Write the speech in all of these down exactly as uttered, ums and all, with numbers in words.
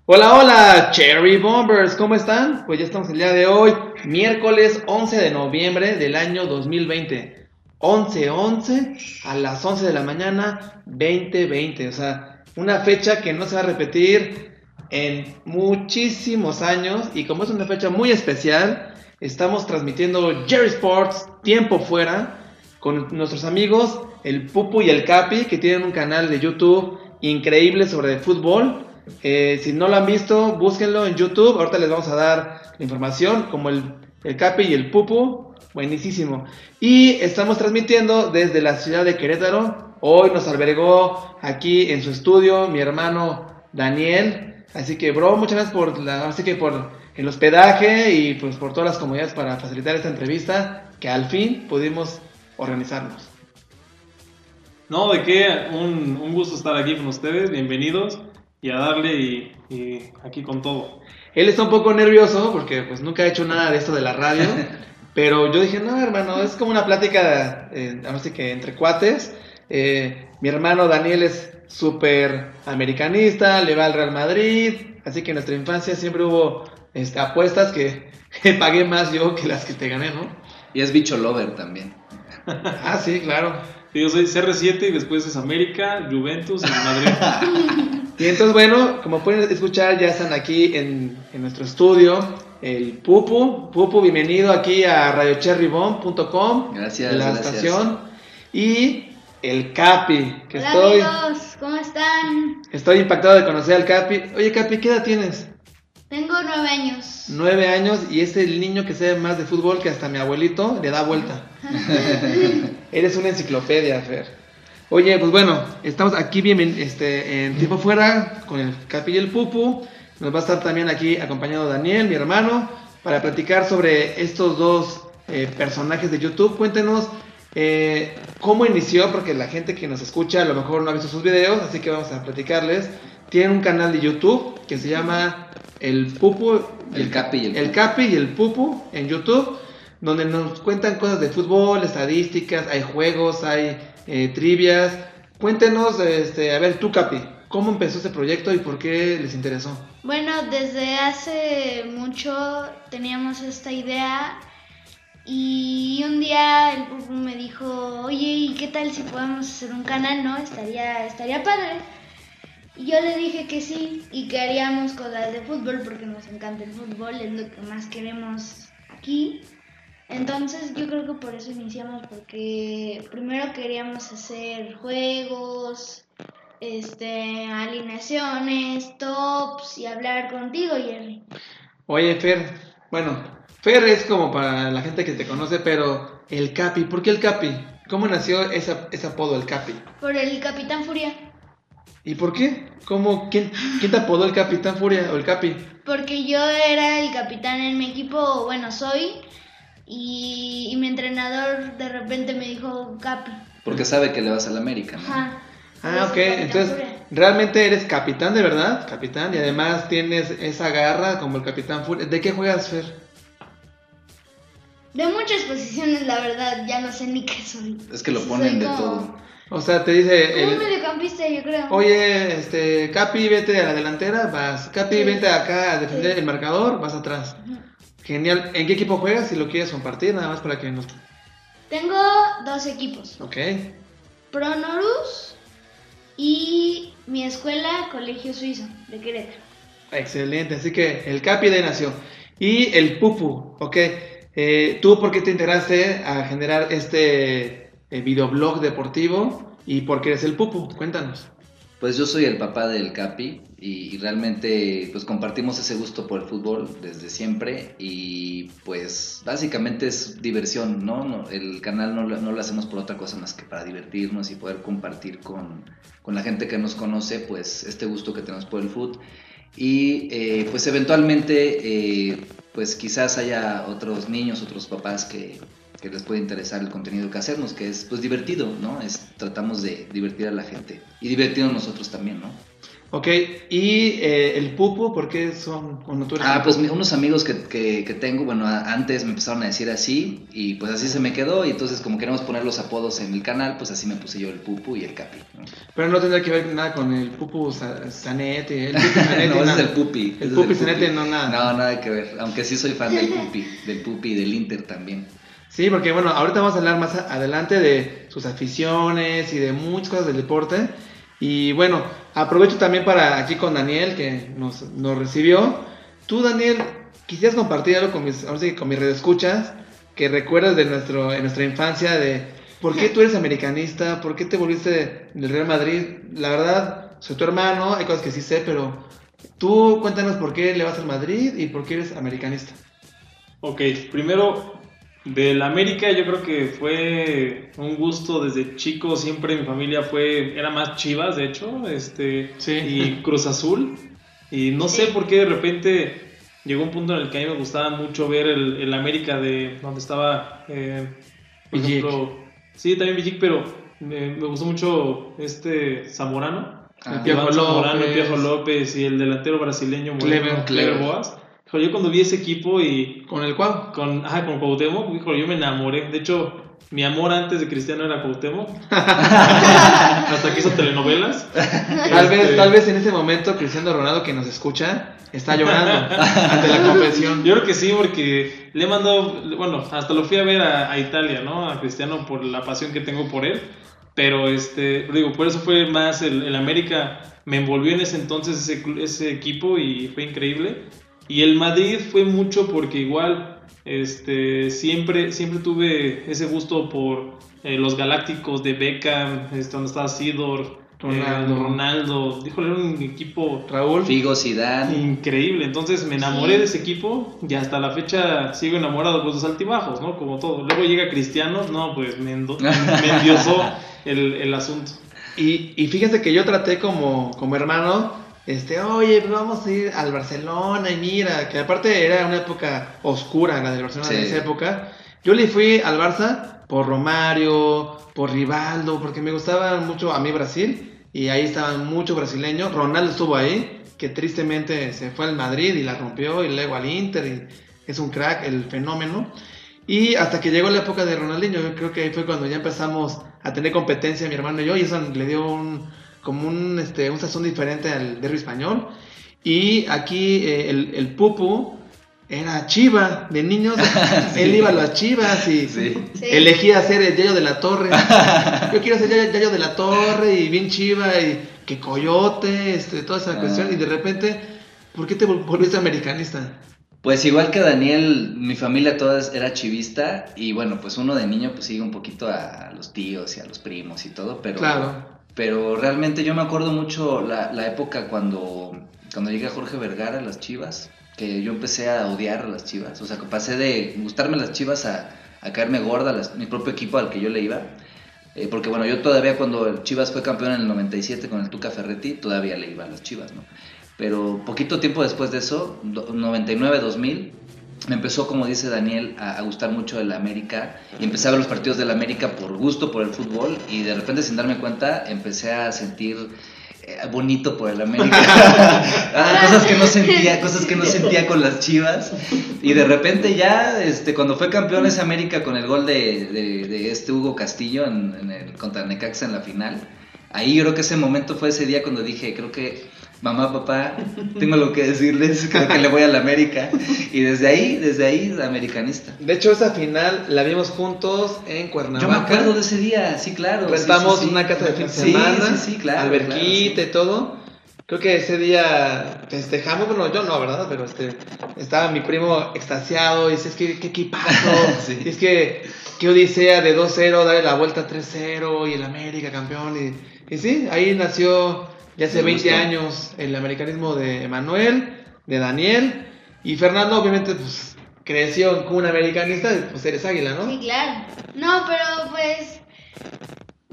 Hola, hola, Cherry Bombers, ¿cómo están? Pues ya estamos el día de hoy, miércoles once de noviembre del año dos mil veinte. once once a las once de la mañana, veinte veinte. O sea, una fecha que no se va a repetir en muchísimos años. Y como es una fecha muy especial, estamos transmitiendo Jerry Sports Tiempo Fuera con nuestros amigos, el Pupu y el Capi, que tienen un canal de YouTube increíble sobre fútbol. Eh, si no lo han visto, búsquenlo en YouTube. Ahorita les vamos a dar la información, como el, el Capi y el Pupu. Buenísimo. Y estamos transmitiendo desde la ciudad de Querétaro. Hoy nos albergó aquí en su estudio mi hermano Daniel. Así que, bro, muchas gracias por, la, así que por el hospedaje y pues por todas las comodidades para facilitar esta entrevista que al fin pudimos organizarnos. No, de qué, un, un gusto estar aquí con ustedes, bienvenidos y a darle y, y aquí con todo. Él está un poco nervioso porque pues nunca ha hecho nada de esto de la radio, pero yo dije, no, hermano, es como una plática, eh, así que entre cuates. Eh, mi hermano Daniel es súper americanista, le va al Real Madrid, así que en nuestra infancia siempre hubo este, apuestas que, que pagué más yo que las que te gané, ¿no? Y es bicho lover también. Ah, sí, claro. Sí, yo soy C R siete y después es América, Juventus y Madrid. Y entonces, bueno, como pueden escuchar, ya están aquí en, en nuestro estudio el Pupu. Pupu, bienvenido aquí a radio cherry bomb punto com. Gracias, la gracias. estación. Y el Capi, que Hola estoy, amigos, ¿cómo están? estoy impactado de conocer al Capi. Oye, Capi, ¿qué edad tienes? Tengo nueve años. Nueve años y es el niño que sabe más de fútbol que hasta mi abuelito le da vuelta. Eres una enciclopedia, Fer. Oye, pues bueno, estamos aquí bien este, en Tiempo Fuera con el Capi y el Pupu. Nos va a estar también aquí acompañado Daniel, mi hermano, para platicar sobre estos dos eh, personajes de YouTube. Cuéntenos eh, cómo inició, porque la gente que nos escucha a lo mejor no ha visto sus videos, así que vamos a platicarles. Tienen un canal de YouTube que se llama El Pupu, El Capi y el el Pupu. Capi y el Pupu en YouTube, donde nos cuentan cosas de fútbol, estadísticas, hay juegos, hay eh, trivias. Cuéntenos, este, a ver, tú, Capi, ¿cómo empezó este proyecto y por qué les interesó? Bueno, desde hace mucho teníamos esta idea y un día el Pupu me dijo, oye, ¿y qué tal si podemos hacer un canal, no? Estaría, estaría padre. Y yo le dije que sí y que haríamos cosas de fútbol porque nos encanta el fútbol, es lo que más queremos aquí. Entonces yo creo que por eso iniciamos, porque primero queríamos hacer juegos, este, alineaciones, tops y hablar contigo, Jerry. Oye, Fer, bueno, Fer es como para la gente que te conoce, pero el Capi, ¿por qué el Capi? ¿Cómo nació esa, ese apodo, el Capi? Por el Capitán Furia. ¿Y por qué? ¿Cómo? ¿Quién, quién te apodó el Capitán Furia o el Capi? Porque yo era el capitán en mi equipo, bueno, soy, y, y mi entrenador de repente me dijo Capi. Porque sabe que le vas a la América, ¿no? Ajá. Ah, Pues, ok, el Capitán entonces Furia. realmente eres capitán de verdad, capitán, y además tienes esa garra como el Capitán Furia. ¿De qué juegas, Fer? De muchas posiciones, la verdad, ya no sé ni qué soy. Es que lo Soy ponen de como- todo. O sea, te dice, Como un el, mediocampista, yo creo. oye, este, Capi, vete a la delantera, vas. Capi, Sí. vente acá a defender Sí. el marcador, vas atrás. Ujú. Genial. ¿En qué equipo juegas? Si lo quieres compartir, nada más para que nos... Tengo dos equipos, Ok. Pronorus y mi escuela, Colegio Suizo, de Querétaro. Excelente, así que el Capi de ahí nació. Y el Pupu, ok. Eh, ¿Tú por qué te integraste a generar este eh, videoblog deportivo? ¿Y por qué eres el Pupu? Cuéntanos. Pues yo soy el papá del Capi y, y realmente pues compartimos ese gusto por el fútbol desde siempre y pues básicamente es diversión, ¿no? No, el canal no lo, no lo hacemos por otra cosa más que para divertirnos y poder compartir con, con la gente que nos conoce pues este gusto que tenemos por el fútbol. Y eh, pues eventualmente eh, pues quizás haya otros niños, otros papás que, que les puede interesar el contenido que hacemos, que es pues divertido, ¿no? Es, tratamos de divertir a la gente y divertirnos nosotros también, ¿no? Ok, y eh, el Pupu, ¿por qué son? ¿O no tú eres Ah, el pues Pupu? mi- unos amigos que, que, que tengo, bueno, a- antes me empezaron a decir así y pues así se me quedó y entonces como queremos poner los apodos en el canal, pues así me puse yo el Pupu y el Capi, ¿no? Pero no tendría que ver nada con el Pupu Sa- Zanete, el Pupi Zanete, No, ese es nada. el Pupi. ese El es Pupi Zanete no nada. No, nada que ver, aunque sí soy fan del Pupi, del Pupi y del Inter también. Sí, porque bueno, ahorita vamos a hablar más a- adelante de sus aficiones y de muchas cosas del deporte. Y bueno, aprovecho también para aquí con Daniel, que nos, nos recibió. Tú, Daniel, quisieras compartir algo con mis, ahora sí que con mis redescuchas, que recuerdas de nuestro, en nuestra infancia, de por qué tú eres americanista, por qué te volviste del Real Madrid. La verdad, soy tu hermano, hay cosas que sí sé, pero tú cuéntanos por qué le vas al Madrid y por qué eres americanista. Ok, primero, del América yo creo que fue un gusto desde chico, siempre mi familia fue, era más Chivas de hecho, este, Sí. y Cruz Azul, y no sé por qué de repente llegó un punto en el que a mí me gustaba mucho ver el, el América de donde estaba, eh, por Villic. ejemplo, sí, también Villic, pero me, me gustó mucho este Zamorano, Ah, El Piojo Iván Zamorano, el López. Piojo López y el delantero brasileño Moreno, Clever. Clever Clever. Boas. Híjole, yo cuando vi ese equipo y Con el Cuau. con, ajá, con Cuauhtémoc, híjole, yo me enamoré. De hecho, mi amor antes de Cristiano era Cuauhtémoc. Hasta que hizo telenovelas. Tal Este, vez, tal vez en ese momento Cristiano Ronaldo que nos escucha está llorando ante la confesión. Yo creo que sí, porque le he mandado, bueno, hasta lo fui a ver a, a Italia, ¿no? A Cristiano por la pasión que tengo por él. Pero, este, digo, por eso fue más el, el América, me envolvió en ese entonces ese, cl- ese equipo y fue increíble. Y el Madrid fue mucho porque igual, este, siempre, siempre tuve ese gusto por eh, los Galácticos de Beckham, este, donde estaba Sidor, Ronaldo. eh, Ronaldo, híjole, era un equipo Raúl. Figo, Zidane. increíble. Entonces me enamoré Sí. de ese equipo y hasta la fecha sigo enamorado por los altibajos, ¿no? Como todo. Luego llega Cristiano, no, pues me, endo- me endiosó el, el asunto. Y, y fíjense que yo traté como, como hermano, este, oye, pues vamos a ir al Barcelona y mira, que aparte era una época oscura la del Barcelona Sí. en esa época. Yo le fui al Barça por Romario, por Rivaldo, porque me gustaba mucho a mí Brasil y ahí estaban muchos brasileños. Ronaldo estuvo ahí, que tristemente se fue al Madrid y la rompió y luego al Inter y es un crack, el fenómeno. Y hasta que llegó la época de Ronaldinho, yo creo que ahí fue cuando ya empezamos a tener competencia mi hermano y yo, y eso le dio un, como un, este, un sazón diferente al derbi español. Y aquí eh, el, el Pupu era Chiva, de niños, Sí. él iba a las Chivas y Sí. Sí. elegía ser el Yayo de la Torre. Yo quiero ser Yayo, Yayo de la Torre y bien Chiva y que Coyote, este, toda esa Ah. cuestión. Y de repente, ¿por qué te vol- volviste americanista? Pues igual que Daniel, mi familia toda era chivista y bueno, pues uno de niño pues sigue un poquito a los tíos y a los primos y todo, pero, Claro. pero realmente yo me acuerdo mucho la, la época cuando, cuando llegué a Jorge Vergara a las Chivas, que yo empecé a odiar a las Chivas, o sea que pasé de gustarme las Chivas a, a caerme gorda, las- mi propio equipo al que yo le iba. Eh, porque bueno, yo todavía cuando el Chivas fue campeón en el noventa y siete con el Tuca Ferretti, todavía le iba a las Chivas, ¿no? Pero poquito tiempo después de eso, do- noventa y nueve dos mil, me empezó, como dice Daniel, a, a gustar mucho el América y empecé a ver los partidos del América por gusto, por el fútbol y de repente sin darme cuenta empecé a sentir eh, bonito por el América. Ah, cosas que no sentía, cosas que no sentía con las Chivas y de repente ya, este, cuando fue campeón ese América con el gol de, de, de este Hugo Castillo en, en el, contra Necaxa en la final, ahí yo creo que ese momento fue ese día cuando dije, creo que mamá, papá, tengo lo que decirles, creo que le voy a la América. Y desde ahí, desde ahí, americanista. De hecho, esa final la vimos juntos en Cuernavaca. Yo me acuerdo de ese día, sí, claro. Rentamos sí, sí, sí. una casa de fin de Sí, semana, sí, sí, claro, alberquita claro, y todo. Creo que ese día festejamos, bueno, yo no, ¿verdad? Pero este, estaba mi primo extasiado y dice, es que qué equipazo, Sí. y es que qué odisea de dos cero, darle la vuelta tres cero y el América campeón. Y, y sí, ahí nació ya hace Me veinte gustó. años el americanismo de Manuel, de Daniel y Fernando, obviamente, pues creció como un americanista, pues eres águila, ¿no? Sí, claro. No, pero pues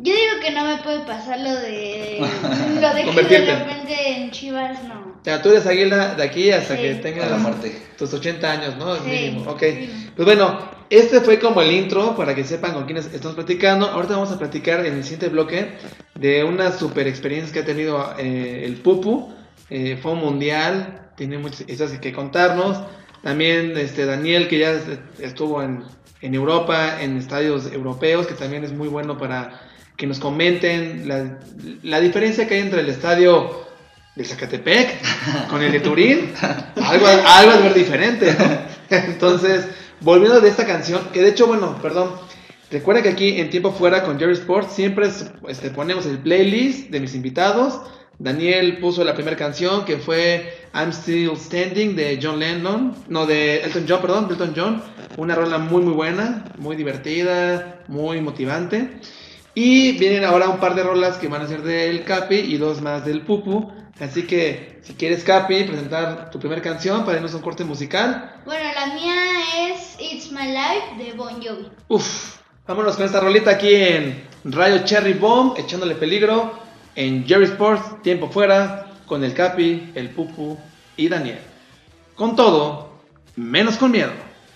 Yo digo que no me puede pasar lo de lo de que Convertirte. de repente en Chivas no. O sea, tú eres águila de aquí hasta Sí. que tengas A la muerte. tus ochenta años, ¿no? Sí. Mínimo. Ok. Sí. Pues bueno, este fue como el intro para que sepan con quiénes estamos platicando. Ahorita vamos a platicar en el siguiente bloque de unas super experiencias que ha tenido eh, el Pupu. Eh, fue un mundial, tiene muchas historias que contarnos. También este Daniel, que ya estuvo en, en Europa, en estadios europeos, que también es muy bueno para que nos comenten la, la diferencia que hay entre el estadio de Zacatepec con el de Turín. Algo, algo es ver diferente, ¿no? Entonces, volviendo de esta canción, que de hecho, bueno, perdón, recuerda que aquí en Tiempo Fuera con Jerry Sports siempre es, este, ponemos el playlist de mis invitados. Daniel puso la primera canción que fue I'm Still Standing de John Lennon, no, de Elton John, perdón, de Elton John. Una rola muy muy buena, muy divertida, muy motivante. Y vienen ahora un par de rolas que van a ser del Capi y dos más del Pupu. Así que si quieres, Capi, presentar tu primera canción para irnos a un corte musical. Bueno, la mía es It's My Life de Bon Jovi. Uf, vámonos con esta rolita aquí en Radio Cherry Bomb, echándole peligro en Jerry Sports, Tiempo Fuera, con el Capi, el Pupu y Daniel. Con todo, menos con miedo.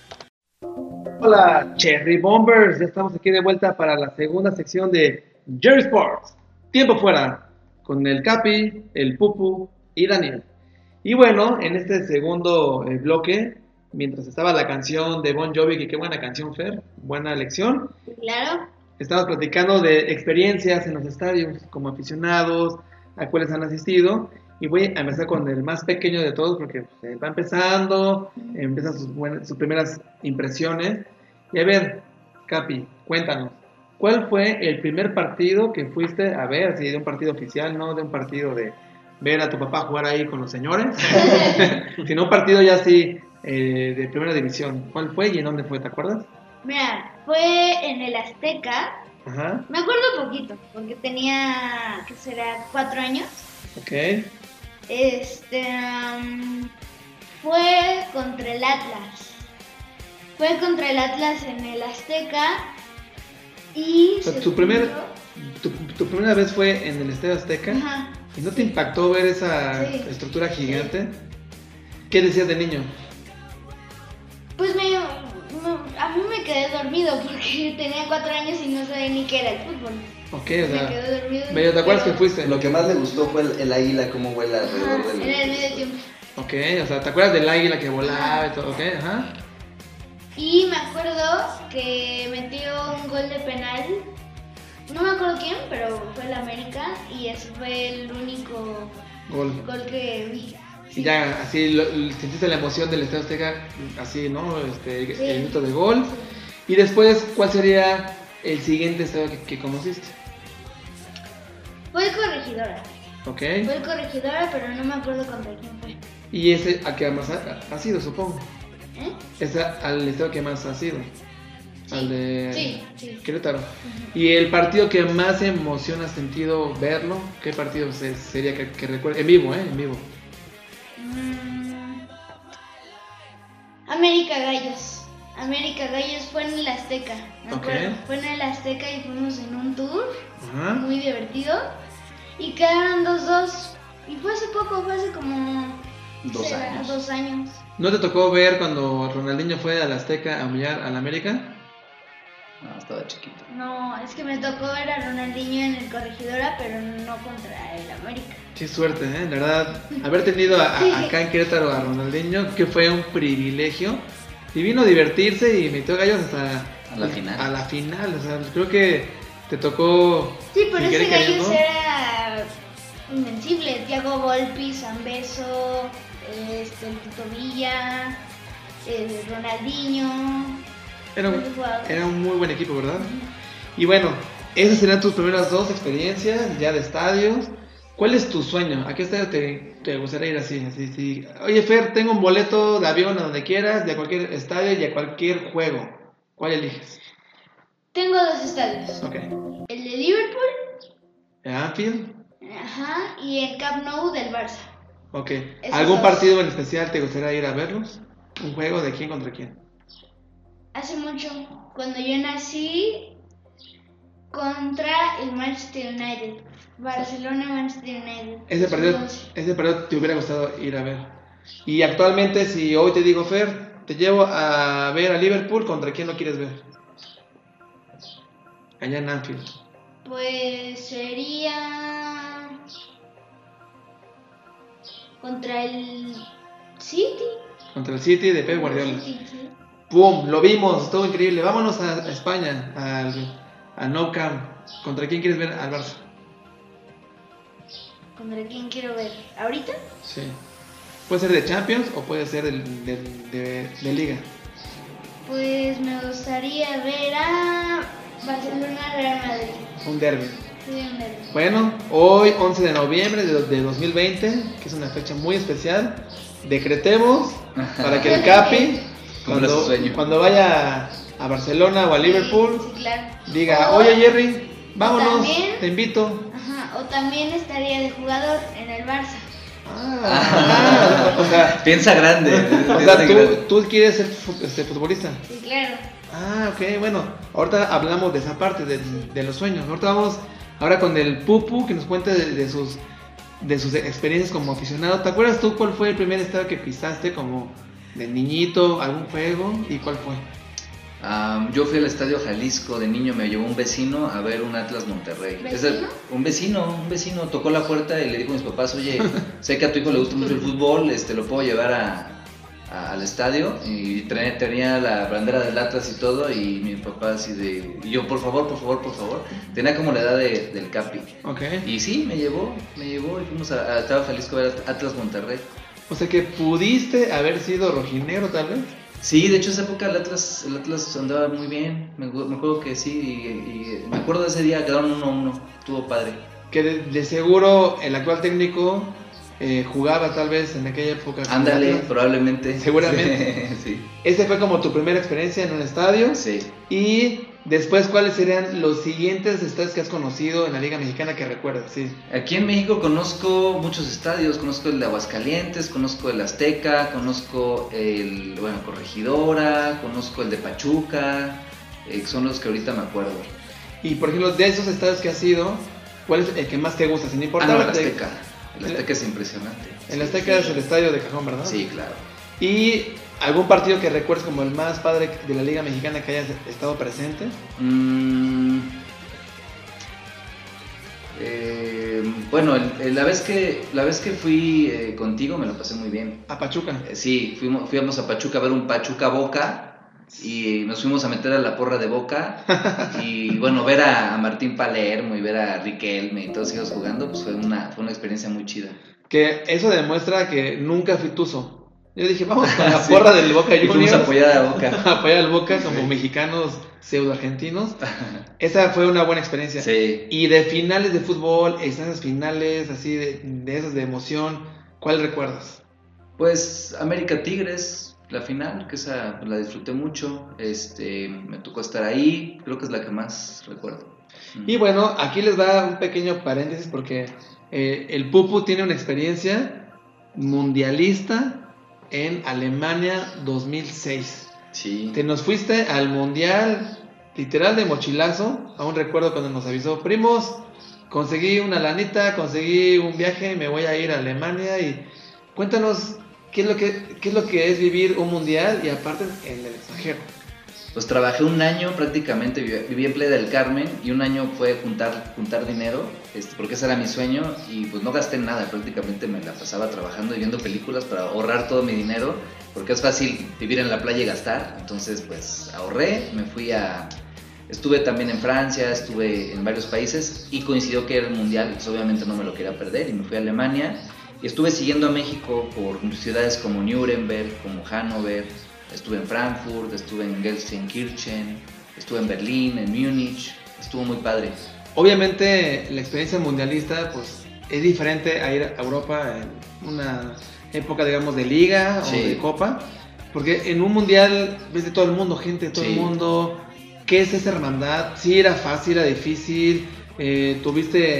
Hola Cherry Bombers, ya estamos aquí de vuelta para la segunda sección de Jerry Sports, Tiempo Fuera, con el Capi, el Pupu y Daniel. Y bueno, en este segundo eh, bloque, mientras estaba la canción de Bon Jovi, que qué buena canción, Fer, buena elección. Claro. Estamos platicando de experiencias en los estadios como aficionados, a cuáles han asistido. Y voy a empezar con el más pequeño de todos porque pues, va empezando, empiezan sus, buenas, sus primeras impresiones. Y a ver, Capi, cuéntanos, ¿cuál fue el primer partido que fuiste a ver? Si de un partido oficial, no de un partido de ver a tu papá jugar ahí con los señores, sino un partido ya así eh, de primera división. ¿Cuál fue y en dónde fue? ¿Te acuerdas? Mira, fue en el Azteca. Ajá, Me acuerdo poquito, porque tenía, ¿qué será? Cuatro años. ok. Este, um, fue contra el Atlas. Fue contra el Atlas en el Azteca. Y O sea, se tu, primer, jugó- tu, tu primera vez fue en el Estadio Azteca. Ajá. ¿Y no te impactó ver esa Sí. estructura gigante? ¿Qué decías de niño? Pues me, me- a mí me quedé dormido porque tenía cuatro años y no sabía ni qué era el fútbol. Ok, o me sea, quedé dormido. medio te acuerdas que pero- fuiste. Lo que más le gustó fue el, el águila, cómo vuela alrededor Ajá, del... en el medio tiempo. Ok, o sea, ¿te acuerdas del águila que volaba y todo? Ok, ajá. Y me acuerdo que metió un gol de penal. No me acuerdo quién, pero fue el América. Y ese fue el único Gol. gol que vi. Y ya, así, lo- lo- sentiste la emoción del Estadio Azteca, así, ¿no? Este, Sí. el minuto de gol. Y después, ¿cuál sería el siguiente estadio que, que conociste? Fue el Corregidora. Ok. Fue el Corregidora, pero no me acuerdo contra quién fue. Y ese a qué más ha, ha sido, supongo. ¿Eh? Ese al estadio que más ha sido. Al de Sí, sí. Querétaro. ¿Y el partido que más emoción has sentido verlo? ¿Qué partido se- sería que, que recuerdes? En vivo, ¿eh? En vivo. Mm, América Gallos. América Gallos fue en el Azteca. Me Ok. acuerdo. Fue en el Azteca y fuimos en un tour Ajá. muy divertido. Y quedaron dos dos. Y fue hace poco, fue hace como Dos será, años. dos años. ¿No te tocó ver cuando Ronaldinho fue al Azteca a humillar al América? No, estaba chiquito. No, es que me tocó ver a Ronaldinho en el Corregidora, pero no contra el América. Qué suerte, ¿eh? La verdad, haber tenido a- a- acá en Querétaro a Ronaldinho, que fue un privilegio. Y vino a divertirse y metió gallos hasta A la final. A la final, o sea, creo que te tocó. Sí, pero sin ese querer gallo queriendo. era invencible. Thiago Volpi, Zambeso, este, el Tito Villa, eh, Ronaldinho. Era un, muchos jugadores. era un muy buen equipo, ¿verdad? Y bueno, esas serían tus primeras dos experiencias ya de estadios. ¿Cuál es tu sueño? ¿A qué estadio te, te gustaría ir así? así, así? Oye, Fer, tengo un boleto de avión a donde quieras, de a cualquier estadio y a cualquier juego. ¿Cuál eliges? Tengo dos estadios. Ok. El de Liverpool, ¿Anfield? ajá, y el Camp Nou del Barça. Ok. Esos ¿Algún dos. partido en especial te gustaría ir a verlos? ¿Un juego de quién contra quién? Hace mucho, cuando yo nací, contra el Manchester United. Barcelona-Manchester United. Ese partido, ese partido te hubiera gustado ir a ver. Y actualmente, si hoy te digo, Fer, te llevo a ver a Liverpool, ¿contra quién lo quieres ver? Allá en Anfield. Pues sería contra el City. Contra el City de Pep Guardiola. Sí, sí. ¡Pum! Lo vimos, estuvo increíble. Vámonos a, a España, al, a Nou Camp. ¿Contra quién quieres ver al Barça? ¿Contra quién quiero ver? ¿Ahorita? Sí. Puede ser de Champions o puede ser de, de, de, de Liga. Pues me gustaría ver a Barcelona-Real Madrid. Un derbi. Sí, un derbi. Bueno, hoy once de noviembre de, de dos mil veinte, que es una fecha muy especial, decretemos para que el Capi, Cumpla su cuando, sueño. cuando vaya a Barcelona o a Liverpool, Sí, sí, claro. diga, O- oye Jerry, vámonos, también- te invito. Ajá, o también estaría de jugador en el Barça. Ah, ah, o sea, Piensa grande. o piensa sea, grande. tú, tú quieres ser fu- este, futbolista. Sí, claro. Ah, ok, bueno, ahorita hablamos de esa parte, de, de los sueños. Ahorita vamos ahora con el Pupu, que nos cuente de, de sus de sus experiencias como aficionado. ¿Te acuerdas tú cuál fue el primer estadio que pisaste como de niñito, algún juego? ¿Y cuál fue? Um, yo fui al Estadio Jalisco de niño, me llevó un vecino a ver un Atlas Monterrey. ¿Vecino? Ese- un vecino, un vecino tocó la puerta y le dijo a mis papás, oye, sé que a tu hijo le gusta mucho el fútbol, este, lo puedo llevar a, a- al estadio. Y tenía, tenía la bandera del Atlas y todo, y mi papá así de, y yo, por favor, por favor, por favor. Tenía como la edad de- del Capi. Ok. Y sí, me llevó, me llevó y fuimos a, a Estadio Jalisco a ver Atlas Monterrey. O sea que pudiste haber sido rojinegro tal vez. Sí, de hecho esa época el Atlas, el Atlas andaba muy bien, me, acu- me acuerdo que sí, y, y me acuerdo de ese día, quedaron uno a uno, estuvo padre. Que de, de seguro el actual técnico eh, jugaba tal vez en aquella época. con Ándale, Atlas. probablemente. Seguramente. Sí, Este fue como tu primera experiencia en un estadio. sí. Y después, ¿cuáles serían los siguientes estadios que has conocido en la Liga Mexicana que recuerdas? Sí. Aquí en México conozco muchos estadios, conozco el de Aguascalientes, conozco el Azteca, conozco el, bueno, Corregidora, conozco el de Pachuca, eh, son los que ahorita me acuerdo. Y por ejemplo, de esos estadios que has ido, ¿cuál es el que más te gusta? Sin Ah, importar. no, el de- Azteca, el Azteca es impresionante. El Azteca es el estadio de cajón, ¿verdad? Sí, claro. ¿Y algún partido que recuerdes como el más padre de la Liga Mexicana que hayas estado presente? Mm, eh, bueno, el- el- la vez que la vez que fui eh, contigo me lo pasé muy bien. A Pachuca. Eh, sí, fuimos, fuimos a Pachuca a ver un Pachuca Boca y nos fuimos a meter a la porra de Boca y bueno, ver a, a Martín Palermo y ver a Riquelme y todos ellos jugando, pues fue una, fue una experiencia muy chida. Que eso demuestra que nunca fui tuzo. Yo dije, vamos con la Sí. porra del Boca Y fuimos Juniors. a apoyar a Boca. a apoyar al Boca como mexicanos pseudo argentinos. Esa fue una buena experiencia. Sí. Y de finales de fútbol, esas finales así de, de esas de emoción, ¿cuál recuerdas? Pues América Tigres, la final, que esa la disfruté mucho, este, me tocó estar ahí, creo que es la que más recuerdo. Y bueno, aquí les va un pequeño paréntesis porque eh, el Pupu tiene una experiencia mundialista en Alemania dos mil seis. Sí. Te nos fuiste al mundial literal de mochilazo. Aún recuerdo cuando nos avisó, primos, conseguí una lanita, conseguí un viaje, me voy a ir a Alemania. Y cuéntanos qué es lo que, qué es lo que es vivir un mundial y aparte en el extranjero. Pues trabajé un año prácticamente, viví, viví en Playa del Carmen y un año fue juntar, juntar dinero, este, porque ese era mi sueño y pues no gasté nada, prácticamente me la pasaba trabajando y viendo películas para ahorrar todo mi dinero, porque es fácil vivir en la playa y gastar, entonces pues ahorré, me fui a... Estuve también en Francia, estuve en varios países y coincidió que era el mundial, pues obviamente no me lo quería perder y me fui a Alemania y estuve siguiendo a México por ciudades como Nuremberg, como Hannover. Estuve en Frankfurt, estuve en Gelsenkirchen, estuve en Berlín, en Múnich, estuvo muy padre. Obviamente la experiencia mundialista pues es diferente a ir a Europa en una época digamos de liga Sí. o de copa, porque en un mundial ves de todo el mundo, gente de todo Sí. el mundo. ¿Qué es esa hermandad? Sí, era fácil, era difícil, eh, tuviste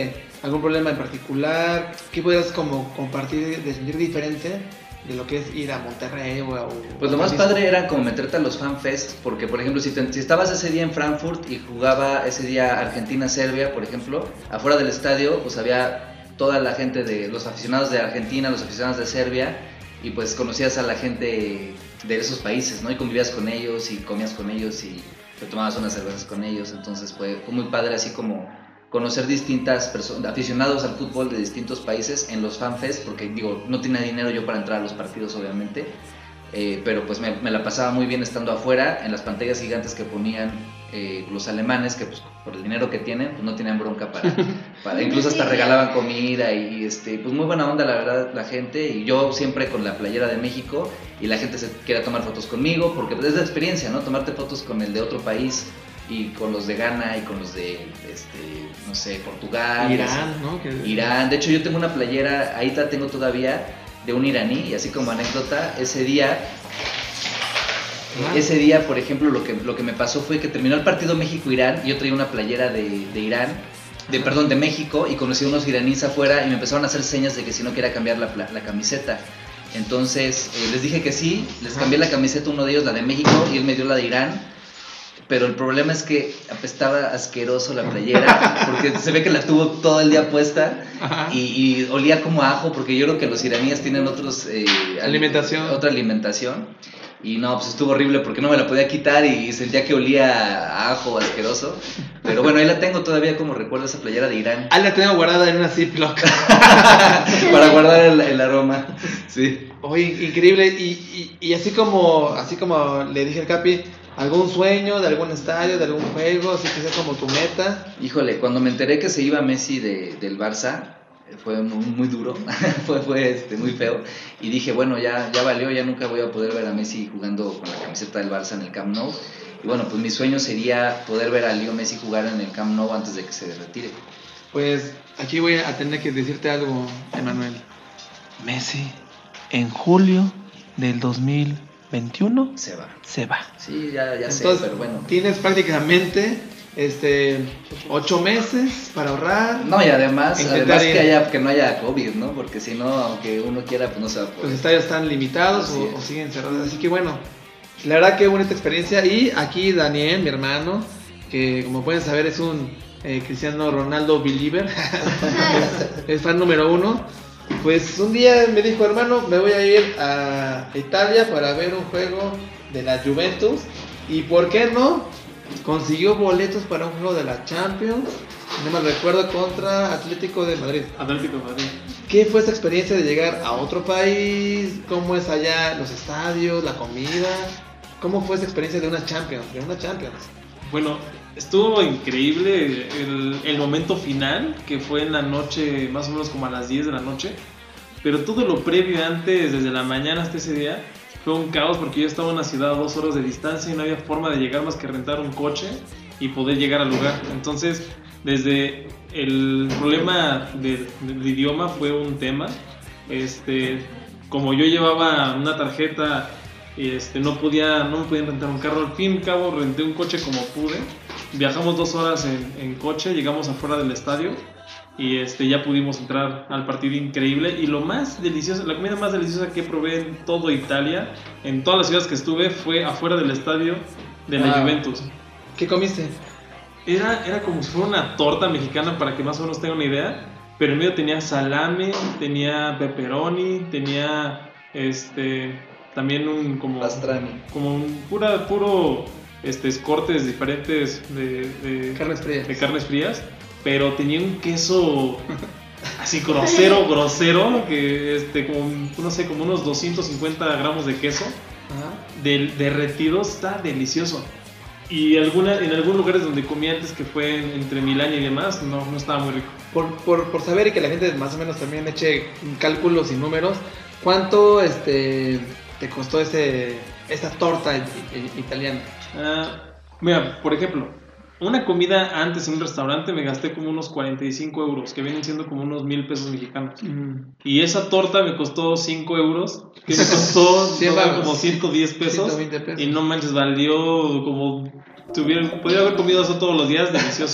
¿Algún problema en particular? ¿Qué podrías como compartir de sentir diferente de lo que es ir a Monterrey o a... Pues lo más padre era como meterte a los fanfests, porque por ejemplo si, te, si estabas ese día en Frankfurt y jugaba ese día Argentina-Serbia, por ejemplo, afuera del estadio pues había toda la gente de los aficionados de Argentina, los aficionados de Serbia, y pues conocías a la gente de esos países, ¿no? Y convivías con ellos y comías con ellos y te tomabas unas cervezas con ellos, entonces fue, fue muy padre así como conocer distintas personas, aficionados al fútbol de distintos países en los fanfests, porque digo, no tenía dinero yo para entrar a los partidos obviamente, eh, pero pues me, me la pasaba muy bien estando afuera, en las pantallas gigantes que ponían eh, los alemanes, que pues por el dinero que tienen, pues no tenían bronca para, para incluso hasta regalaban comida y este, pues muy buena onda la verdad la gente, y yo siempre con la playera de México, y la gente se quiere tomar fotos conmigo, porque pues es la experiencia, ¿no? Tomarte fotos con el de otro país, y con los de Ghana y con los de, este, no sé, Portugal. Irán, ¿no? Que... Irán. De hecho, yo tengo una playera, ahí la tengo todavía, de un iraní, y así como anécdota, ese día, ah. ese día, por ejemplo, lo que, lo que me pasó fue que terminó el partido México-Irán, y yo traía una playera de, de Irán, de, perdón, de México, y conocí a unos iraníes afuera, y me empezaron a hacer señas de que si no quería cambiar la, la camiseta. Entonces, eh, les dije que sí, les cambié la camiseta, uno de ellos, la de México, y él me dio la de Irán. Pero el problema es que apestaba asqueroso la playera, porque se ve que la tuvo todo el día puesta y, y olía como a ajo, porque yo creo que los iraníes tienen otros eh, alimentación. otra alimentación. Y no, pues estuvo horrible porque no me la podía quitar y sentía que olía a ajo asqueroso. Pero bueno, ahí la tengo todavía como recuerdo, esa playera de Irán. Ahí la tengo guardada en una Ziploc. Para guardar el, el aroma, sí. Oye, increíble. Y, y, y así como así como le dije al Capi, ¿algún sueño de algún estadio, de algún juego, así que sea como tu meta? Híjole, cuando me enteré que se iba Messi de, del Barça, fue muy, muy duro, fue, fue este, muy feo, y dije, bueno, ya, ya valió, ya nunca voy a poder ver a Messi jugando con la camiseta del Barça en el Camp Nou, y bueno, pues mi sueño sería poder ver a Leo Messi jugar en el Camp Nou antes de que se retire. Pues aquí voy a tener que decirte algo, Emanuel. Messi, en julio del dos mil veintiuno se va. Se va. Sí, ya, ya Entonces, sé, pero bueno. Tienes prácticamente este ocho meses para ahorrar. No, y además, además ir... que haya que no haya COVID, ¿no? Porque si no, aunque uno quiera, pues no se va a poder. Los estadios están limitados o, o siguen cerrados. Así que bueno, la verdad que bonita experiencia. Y aquí Daniel, mi hermano, que como pueden saber es un eh, Cristiano Ronaldo believer, es, es fan número uno. Pues un día me dijo, hermano, me voy a ir a Italia para ver un juego de la Juventus. ¿Y por qué no? Consiguió boletos para un juego de la Champions, no me recuerdo, contra Atlético de Madrid. Atlético de Madrid. ¿Qué fue esa experiencia de llegar a otro país? ¿Cómo es allá los estadios, la comida? ¿Cómo fue esa experiencia de una Champions? De una Champions. Bueno, estuvo increíble el, el momento final, que fue en la noche, más o menos como a las diez de la noche. Pero todo lo previo antes, desde la mañana hasta ese día, fue un caos porque yo estaba en una ciudad a dos horas de distancia y no había forma de llegar más que rentar un coche y poder llegar al lugar. Entonces, desde el problema del, del idioma fue un tema. Este, como yo llevaba una tarjeta, este, no podía, no me podían rentar un carro. Al fin y al cabo renté un coche como pude. Viajamos dos horas en, en coche, llegamos afuera del estadio. Y este, ya pudimos entrar al partido, increíble. Y lo más delicioso, la comida más deliciosa que probé en todo Italia, en todas las ciudades que estuve, fue afuera del estadio de la Ah, Juventus. ¿Qué comiste? Era, era como si fuera una torta mexicana, para que más o menos tengan una idea. Pero en medio tenía salame, tenía pepperoni, tenía este también un como, Pastrami. como un pura, puro este, cortes diferentes de, de, Carnes frías. de carnes frías. Pero tenía un queso así grosero, grosero, que este, como, no sé, como unos doscientos cincuenta gramos de queso Ajá. del, derretido, está delicioso. Y alguna, en algunos lugares donde comí antes, que fue en, entre Milán y demás, no, no estaba muy rico. Por, por, por saber y que la gente más o menos también eche cálculos y números, ¿cuánto este te costó ese esa torta italiana? Uh, mira, por ejemplo, una comida antes en un restaurante me gasté como unos cuarenta y cinco euros, que vienen siendo como unos mil pesos mexicanos. Mm. Y esa torta me costó cinco euros, que me costó no, como ciento diez pesos, ciento veinte pesos. Y no manches, valió como... Tuviera, podría haber comido eso todos los días, delicioso.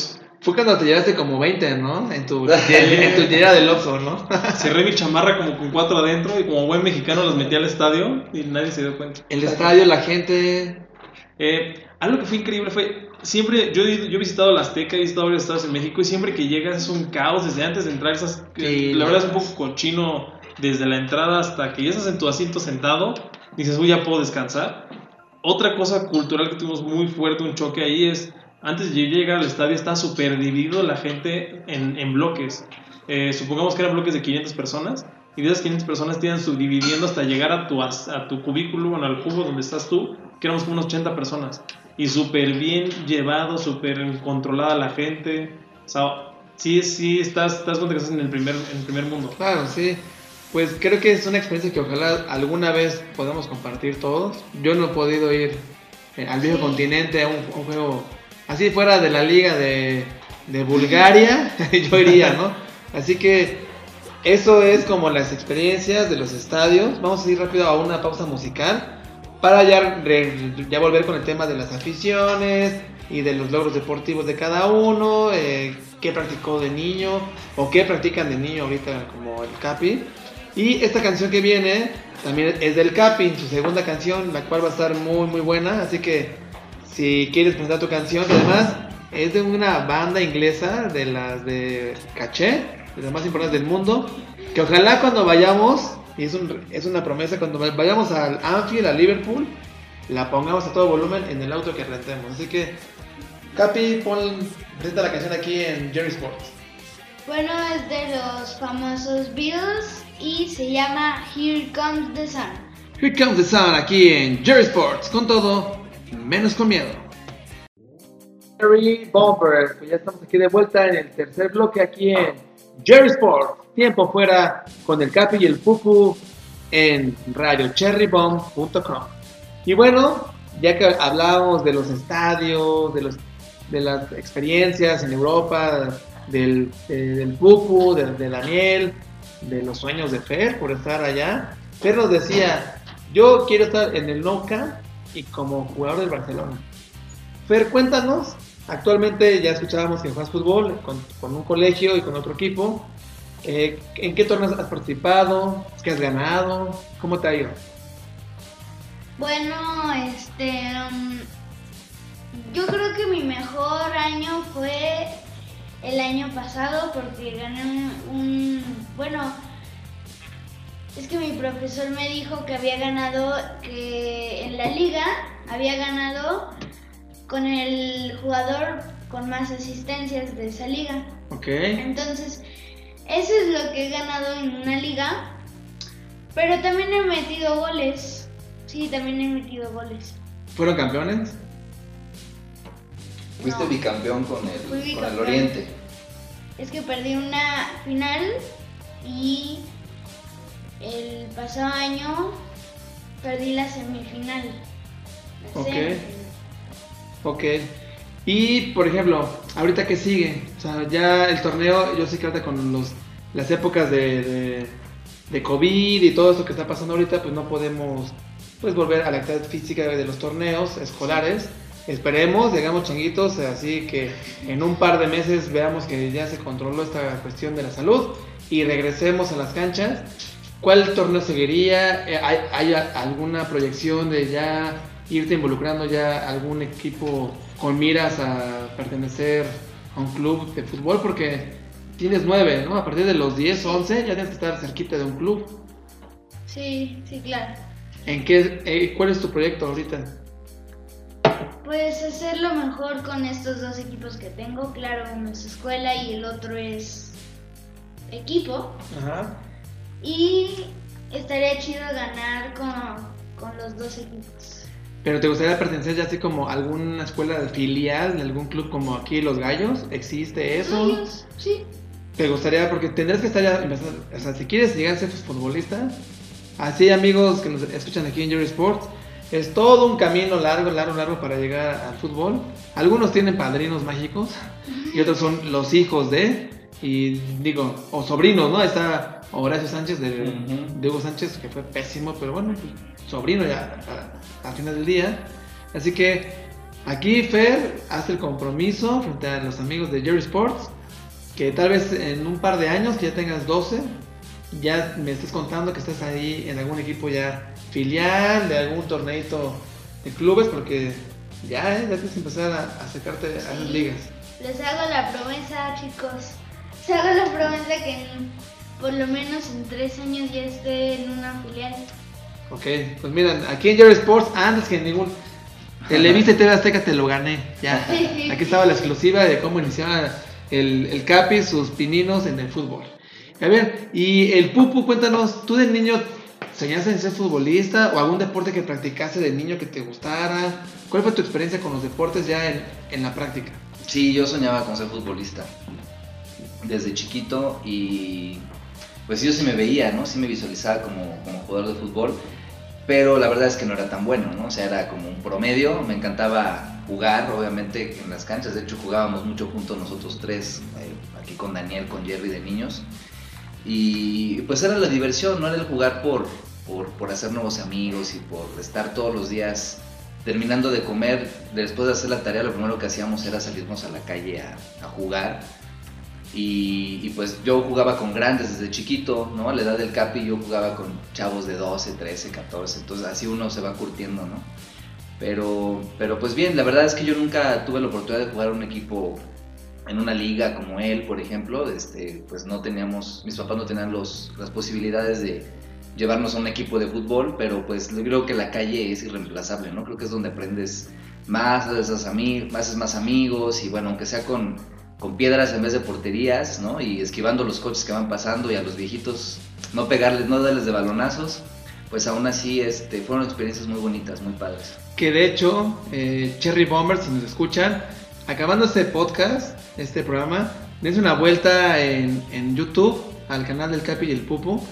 Fue cuando te llevaste como veinte, ¿no? En tu, en tu llegada del Oxxo, ¿no? Cerré mi chamarra como con cuatro adentro y como buen mexicano los metí al estadio y nadie se dio cuenta. El estadio, la gente... Eh, algo que fue increíble fue, siempre, yo, yo he visitado la Azteca, he visitado varios estados en México y siempre que llegas es un caos desde antes de entrar, esas, Sí, la no. verdad es un poco cochino desde la entrada hasta que ya estás en tu asiento sentado, dices, uy, ya puedo descansar. Otra cosa cultural que tuvimos muy fuerte, un choque ahí es, antes de llegar al estadio está súper dividido la gente en, en bloques, eh, supongamos que eran bloques de quinientas personas, y de esas quinientas personas te iban subdividiendo hasta llegar a tu, a tu cubículo, bueno, al cubo donde estás tú, que éramos como unas ochenta personas, y súper bien llevado, súper controlada la gente, o sea, sí, sí, estás, estás cuenta que estás en el primer, en el primer mundo. Claro, sí. Pues creo que es una experiencia que ojalá alguna vez podamos compartir todos. Yo no he podido ir eh, al viejo Sí. continente a un, un juego así fuera de la liga de, de Bulgaria, yo iría, ¿no? Así que eso es como las experiencias de los estadios. Vamos a ir rápido a una pausa musical para ya, re, ya volver con el tema de las aficiones y de los logros deportivos de cada uno, eh, qué practicó de niño o qué practican de niño ahorita como el Capi. Y esta canción que viene también es del Capi, su segunda canción, la cual va a estar muy muy buena, así que si quieres presentar tu canción, que además es de una banda inglesa de las de caché, de las más importantes del mundo, que ojalá cuando vayamos, y es, un, es una promesa, cuando vayamos al Anfield, a Liverpool, la pongamos a todo volumen en el auto que rentemos. Así que, Capi, pon, presenta la canción aquí en Jerry Sports. Bueno, es de los famosos Beatles y se llama Here Comes the Sun. Here Comes the Sun aquí en Jerry Sports, con todo, menos con miedo. Jerry Bomber, pues ya estamos aquí de vuelta en el tercer bloque aquí en Jerry Sports. Tiempo fuera con el Capi y el Pupu en radio cherry bomb punto com. Y bueno, ya que hablábamos de los estadios, de, los, de las experiencias en Europa, del, eh, del Pupu, de, de Daniel, de los sueños de Fer por estar allá, Fer nos decía, yo quiero estar en el Nou Camp y como jugador del Barcelona. Fer, cuéntanos, actualmente ya escuchábamos que juegas fútbol con, con un colegio y con otro equipo. Eh, ¿En qué torneos has participado? ¿Qué has ganado? ¿Cómo te ha ido? Bueno, este, um, yo creo que mi mejor año fue el año pasado porque gané un, un, bueno, es que mi profesor me dijo que había ganado, que en la liga había ganado con el jugador con más asistencias de esa liga. Ok. Entonces, eso es lo que he ganado en una liga, pero también he metido goles. Sí, también he metido goles. ¿Fueron campeones? Fuiste No. bicampeón con Fui el, con el bicampeón. Oriente. Es que perdí una final y el pasado año perdí la semifinal. La Ok. semifinal. Ok. Y, por ejemplo, ¿ahorita qué sigue? O sea, ya el torneo, yo sé que ahorita con los, las épocas de, de, de COVID y todo esto que está pasando ahorita, pues no podemos pues volver a la actividad física de los torneos escolares. Esperemos, llegamos changuitos, así que en un par de meses veamos que ya se controló esta cuestión de la salud y regresemos a las canchas. ¿Cuál torneo seguiría? ¿Hay, hay alguna proyección de ya irte involucrando ya algún equipo con miras a pertenecer a un club de fútbol? Porque tienes nueve, ¿no? A partir de los diez o once ya tienes que estar cerquita de un club. Sí, sí, claro. ¿En qué, eh, ¿Cuál es tu proyecto ahorita? Pues hacer lo mejor con estos dos equipos que tengo. Claro, uno es escuela y el otro es equipo. Ajá. Y estaría chido ganar con, con los dos equipos. ¿Pero te gustaría pertenecer ya así como a alguna escuela de filial de algún club como aquí Los Gallos? ¿Existe eso? Gallos, sí. ¿Te gustaría? Porque tendrías que estar ya empezando, o sea, si quieres llegar a ser futbolista, así amigos que nos escuchan aquí en Jerry Sports, es todo un camino largo, largo, largo para llegar al fútbol. Algunos tienen padrinos mágicos y otros son los hijos de, y digo, o sobrinos, ¿no? Está Horacio Sánchez de, Uh-huh. de Hugo Sánchez, que fue pésimo, pero bueno, sobrino ya al final del día. Así que Aquí Fer hace el compromiso frente a los amigos de Jerry Sports, que tal vez en un par de años, que ya tengas doce, ya me estés contando que estás ahí en algún equipo ya filial, de algún torneito de clubes, porque ya, ¿eh? Ya tienes que empezar a acercarte a las Sí. ligas. Les hago la promesa, chicos. Les hago la promesa que en- por lo menos en tres años ya esté en una filial. Ok, pues miren, aquí en Jerry Sports, antes que en ningún Televisa y T V Azteca te lo gané, ya. Aquí estaba la exclusiva de cómo iniciaba el, el Capi sus pininos en el fútbol. A ver, y el Pupu, cuéntanos, ¿tú de niño soñaste en ser futbolista o algún deporte que practicaste de niño que te gustara? ¿Cuál fue tu experiencia con los deportes ya en, en la práctica? Sí, yo soñaba con ser futbolista desde chiquito y pues yo sí me veía, ¿no? Sí me visualizaba como, como jugador de fútbol, pero la verdad es que no era tan bueno, ¿no? O sea, era como un promedio, me encantaba jugar, obviamente, en las canchas, de hecho jugábamos mucho juntos nosotros tres, eh, aquí con Daniel, con Jerry de niños, y pues era la diversión, no era el jugar por, por, por hacer nuevos amigos y por estar todos los días terminando de comer, después de hacer la tarea, lo primero que hacíamos era salirnos a la calle a, a jugar. Y, y pues yo jugaba con grandes desde chiquito, ¿no? A la edad del Capi yo jugaba con chavos de doce, trece, catorce, entonces así uno se va curtiendo, ¿no? Pero, pero pues bien, la verdad es que yo nunca tuve la oportunidad de jugar un equipo en una liga como él, por ejemplo. Este, pues no teníamos, mis papás no tenían los, las posibilidades de llevarnos a un equipo de fútbol, pero pues yo creo que la calle es irreemplazable, ¿no? Creo que es donde aprendes más, haces, ami- haces más amigos y bueno, aunque sea con, con piedras en vez de porterías, ¿no? Y esquivando los coches que van pasando y a los viejitos no pegarles, no darles de balonazos, pues aún así este, fueron experiencias muy bonitas, muy padres. Que de hecho, eh, Cherry Bombers, si nos escuchan, acabando este podcast, este programa, dense una vuelta en, en YouTube al canal del Capi y el Pupu.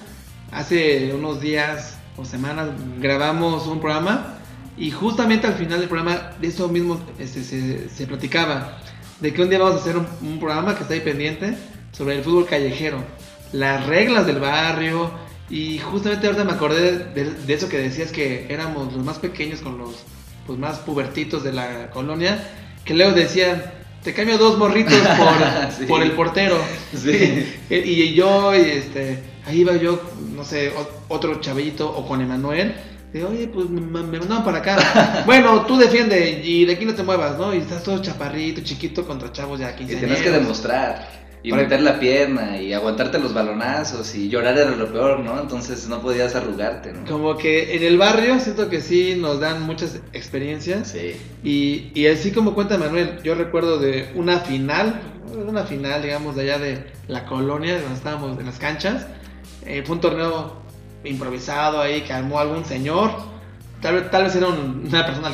Hace unos días o semanas grabamos un programa y justamente al final del programa de eso mismo este, se, se platicaba, de que un día vamos a hacer un, un programa que está ahí pendiente sobre el fútbol callejero, las reglas del barrio. Y justamente ahorita me acordé de, de eso que decías, que éramos los más pequeños con los pues, más pubertitos de la colonia, que luego decían, te cambio dos morritos por, sí. por el portero. Sí. y, y yo, y este, ahí iba yo, no sé, otro chavito o con Emanuel, de oye, pues me, me mandaban para acá. Bueno, tú defiende y de aquí no te muevas, ¿no? Y estás todo chaparrito, chiquito contra chavos ya quince años. Y tienes que demostrar. Y para meter la pierna y aguantarte los balonazos y llorar era lo peor, ¿no? Entonces no podías arrugarte, ¿no? Como que en el barrio siento que sí nos dan muchas experiencias. Sí. Y, y así como cuenta Manuel, yo recuerdo de una final, una final, digamos, de allá de la colonia, donde estábamos en las canchas. Eh, fue un torneo improvisado ahí que armó algún señor. Tal vez, tal vez era un, una persona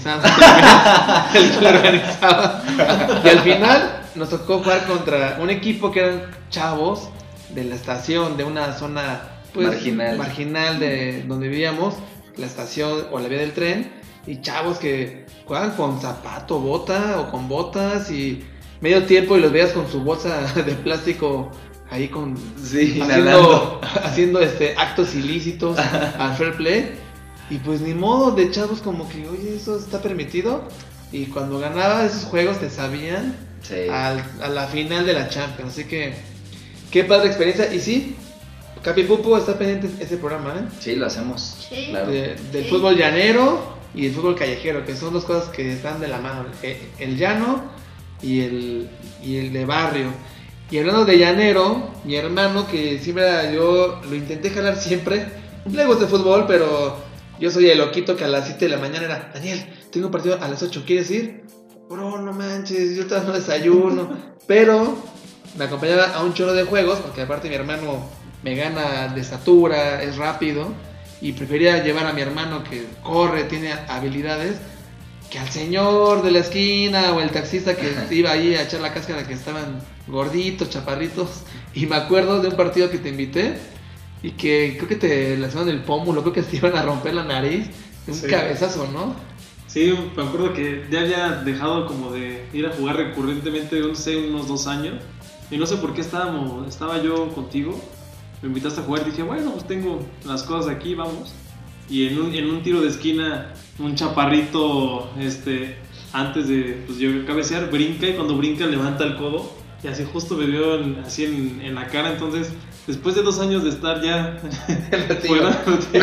alcoholizada el que lo organizaba. Y al final nos tocó jugar contra un equipo que eran chavos de la estación, de una zona pues, marginal. marginal de donde vivíamos, la estación o la vía del tren, y chavos que jugaban con zapato, bota o con botas y medio tiempo y los veías con su bolsa de plástico ahí con sí, haciendo, haciendo este actos ilícitos al fair play. Y pues ni modo, de chavos como que, oye, eso está permitido. Y cuando ganaba esos juegos te sabían sí. al, a la final de la Champions. Así que, qué padre experiencia. Y sí, Capi Pupu está pendiente ese programa, ¿eh? Sí, lo hacemos. Sí. Claro. De, del Sí. fútbol llanero y el fútbol callejero, que son dos cosas que están de la mano. El, el llano y el, y el de barrio. Y hablando de llanero, mi hermano, que siempre yo lo intenté jalar siempre, le gusta el fútbol, pero yo soy el loquito que a las siete de la mañana era, Daniel, tengo un partido a las ocho, ¿quieres ir? Bro, no manches, yo todavía no desayuno. Pero me acompañaba a un chorro de juegos, porque aparte mi hermano me gana de estatura, es rápido, y prefería llevar a mi hermano que corre, tiene habilidades, que al señor de la esquina o el taxista que iba ahí a echar la cáscara, que estaban gorditos, chaparritos. Y me acuerdo de un partido que te invité y que creo que te lastimaron el pómulo, creo que te iban a romper la nariz, un Sí. cabezazo, ¿no? Sí, me acuerdo que ya había dejado como de ir a jugar recurrentemente, no sé, unos dos años. Y no sé por qué estábamos, estaba yo contigo, me invitaste a jugar, dije, bueno, pues tengo las cosas aquí, vamos. Y en un, en un tiro de esquina, un chaparrito, este, antes de pues, yo cabecear, brinca y cuando brinca levanta el codo y así justo me dio en, así en, en la cara. Entonces, después de dos años de estar ya fuera,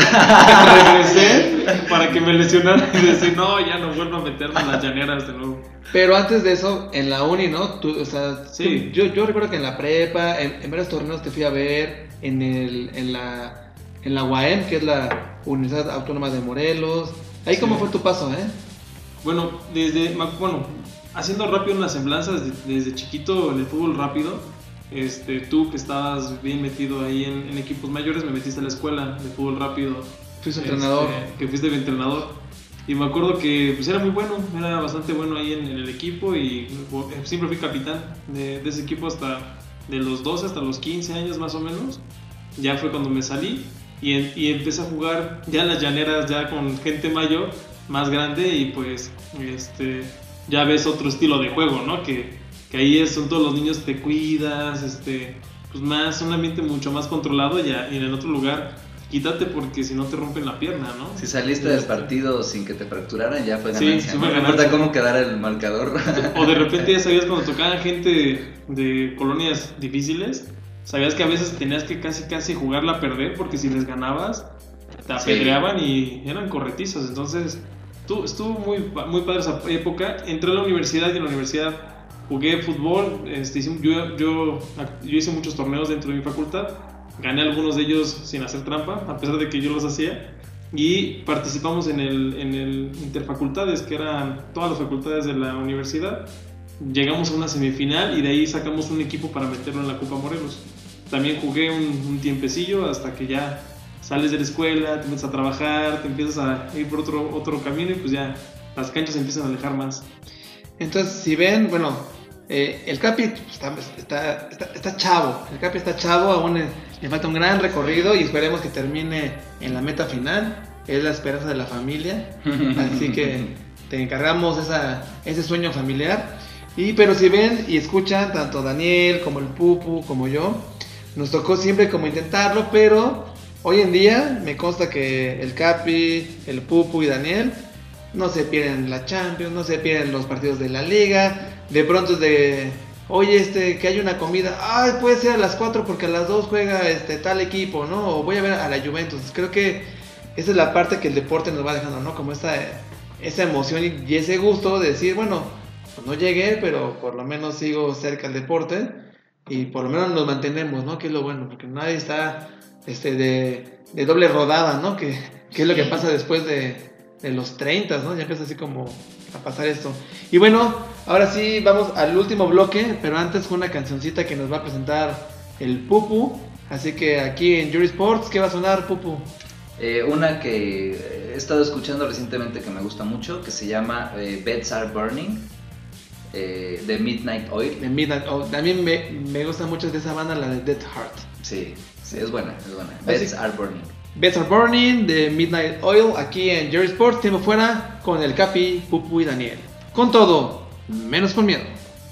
regresé para que me lesionara y decir, no, ya no vuelvo a meterme en las llaneras de nuevo. Pero antes de eso, en la uni, ¿no? Tú, o sea, sí. tú, yo, yo recuerdo que en la prepa, en, en varios torneos te fui a ver, en, el, en la en la U A M, que es la Universidad Autónoma de Morelos. Ahí, sí. ¿Cómo fue tu paso, eh? Bueno, desde, bueno, haciendo rápido una semblanza, desde, desde chiquito en el fútbol rápido, este, tú que estabas bien metido ahí en, en equipos mayores, me metiste a la escuela de fútbol rápido. Fuiste este, entrenador. Que fuiste mi entrenador. Y me acuerdo que pues era muy bueno, era bastante bueno ahí en, en el equipo y siempre fui capitán de, de ese equipo hasta de los doce hasta los quince años más o menos. Ya fue cuando me salí y, en, y empecé a jugar ya en las llaneras, ya con gente mayor, más grande y pues este, ya ves otro estilo de juego, ¿no? Que, que ahí es, son todos los niños, te cuidas, este, pues más, un ambiente mucho más controlado y, y en el otro lugar... Quítate porque si no te rompen la pierna, ¿no? Si saliste del partido sin que te fracturaran, ya fue ganancia. Sí, no me importa cómo quedara el marcador. O de repente ya sabías cuando tocaban gente de colonias difíciles, sabías que a veces tenías que casi casi jugarla a perder porque si les ganabas te apedreaban sí. Y eran corretizos. Entonces tú, estuvo muy, muy padre esa época. Entré a la universidad y en la universidad jugué fútbol. Este, yo, yo, yo hice muchos torneos dentro de mi facultad. Gané algunos de ellos sin hacer trampa, a pesar de que yo los hacía. Y participamos en el, en el Interfacultades, que eran todas las facultades de la universidad. Llegamos a una semifinal y de ahí sacamos un equipo para meterlo en la Copa Morelos. También jugué un, un tiempecillo hasta que ya sales de la escuela, te metes a trabajar, te empiezas a ir por otro, otro camino y pues ya las canchas se empiezan a alejar más. Entonces, si ven, bueno, eh, el Capi está, está, está, está chavo, el Capi está chavo, aún es, le falta un gran recorrido y esperemos que termine en la meta final. Es la esperanza de la familia, así que te encargamos esa, ese sueño familiar. Y pero si ven y escuchan, tanto Daniel como el Pupu como yo, nos tocó siempre como intentarlo, pero hoy en día me consta que el Capi, el Pupu y Daniel no se pierden la Champions, no se pierden los partidos de la Liga. De pronto es de, oye, este, que hay una comida, ay, puede ser a las cuatro porque a las dos juega este tal equipo, ¿no? O voy a ver a la Juventus. Creo que esa es la parte que el deporte nos va dejando, ¿no? Como esa, esa emoción y ese gusto de decir, bueno, pues no llegué, pero por lo menos sigo cerca del deporte y por lo menos nos mantenemos, ¿no? Que es lo bueno, porque nadie está este, de, de doble rodada, ¿no? Que, que es lo que pasa después de, de los treinta, ¿no? Ya empieza así como a pasar esto. Y bueno, ahora sí vamos al último bloque, pero antes con una cancioncita que nos va a presentar el Pupu. Así que aquí en Yuri Sports, ¿qué va a sonar, Pupu? Eh, una que he estado escuchando recientemente que me gusta mucho, que se llama eh, Beds Are Burning, eh, de Midnight Oil. De Midnight Oil. También me, me gusta mucho de esa banda, la de Dead Heart. Sí, sí, es buena, es buena. Beds Así, Are Burning. Beds Are Burning de Midnight Oil, aquí en Jerry Sports, tiempo fuera con el Capi, Pupu y Daniel. Con todo, menos con miedo.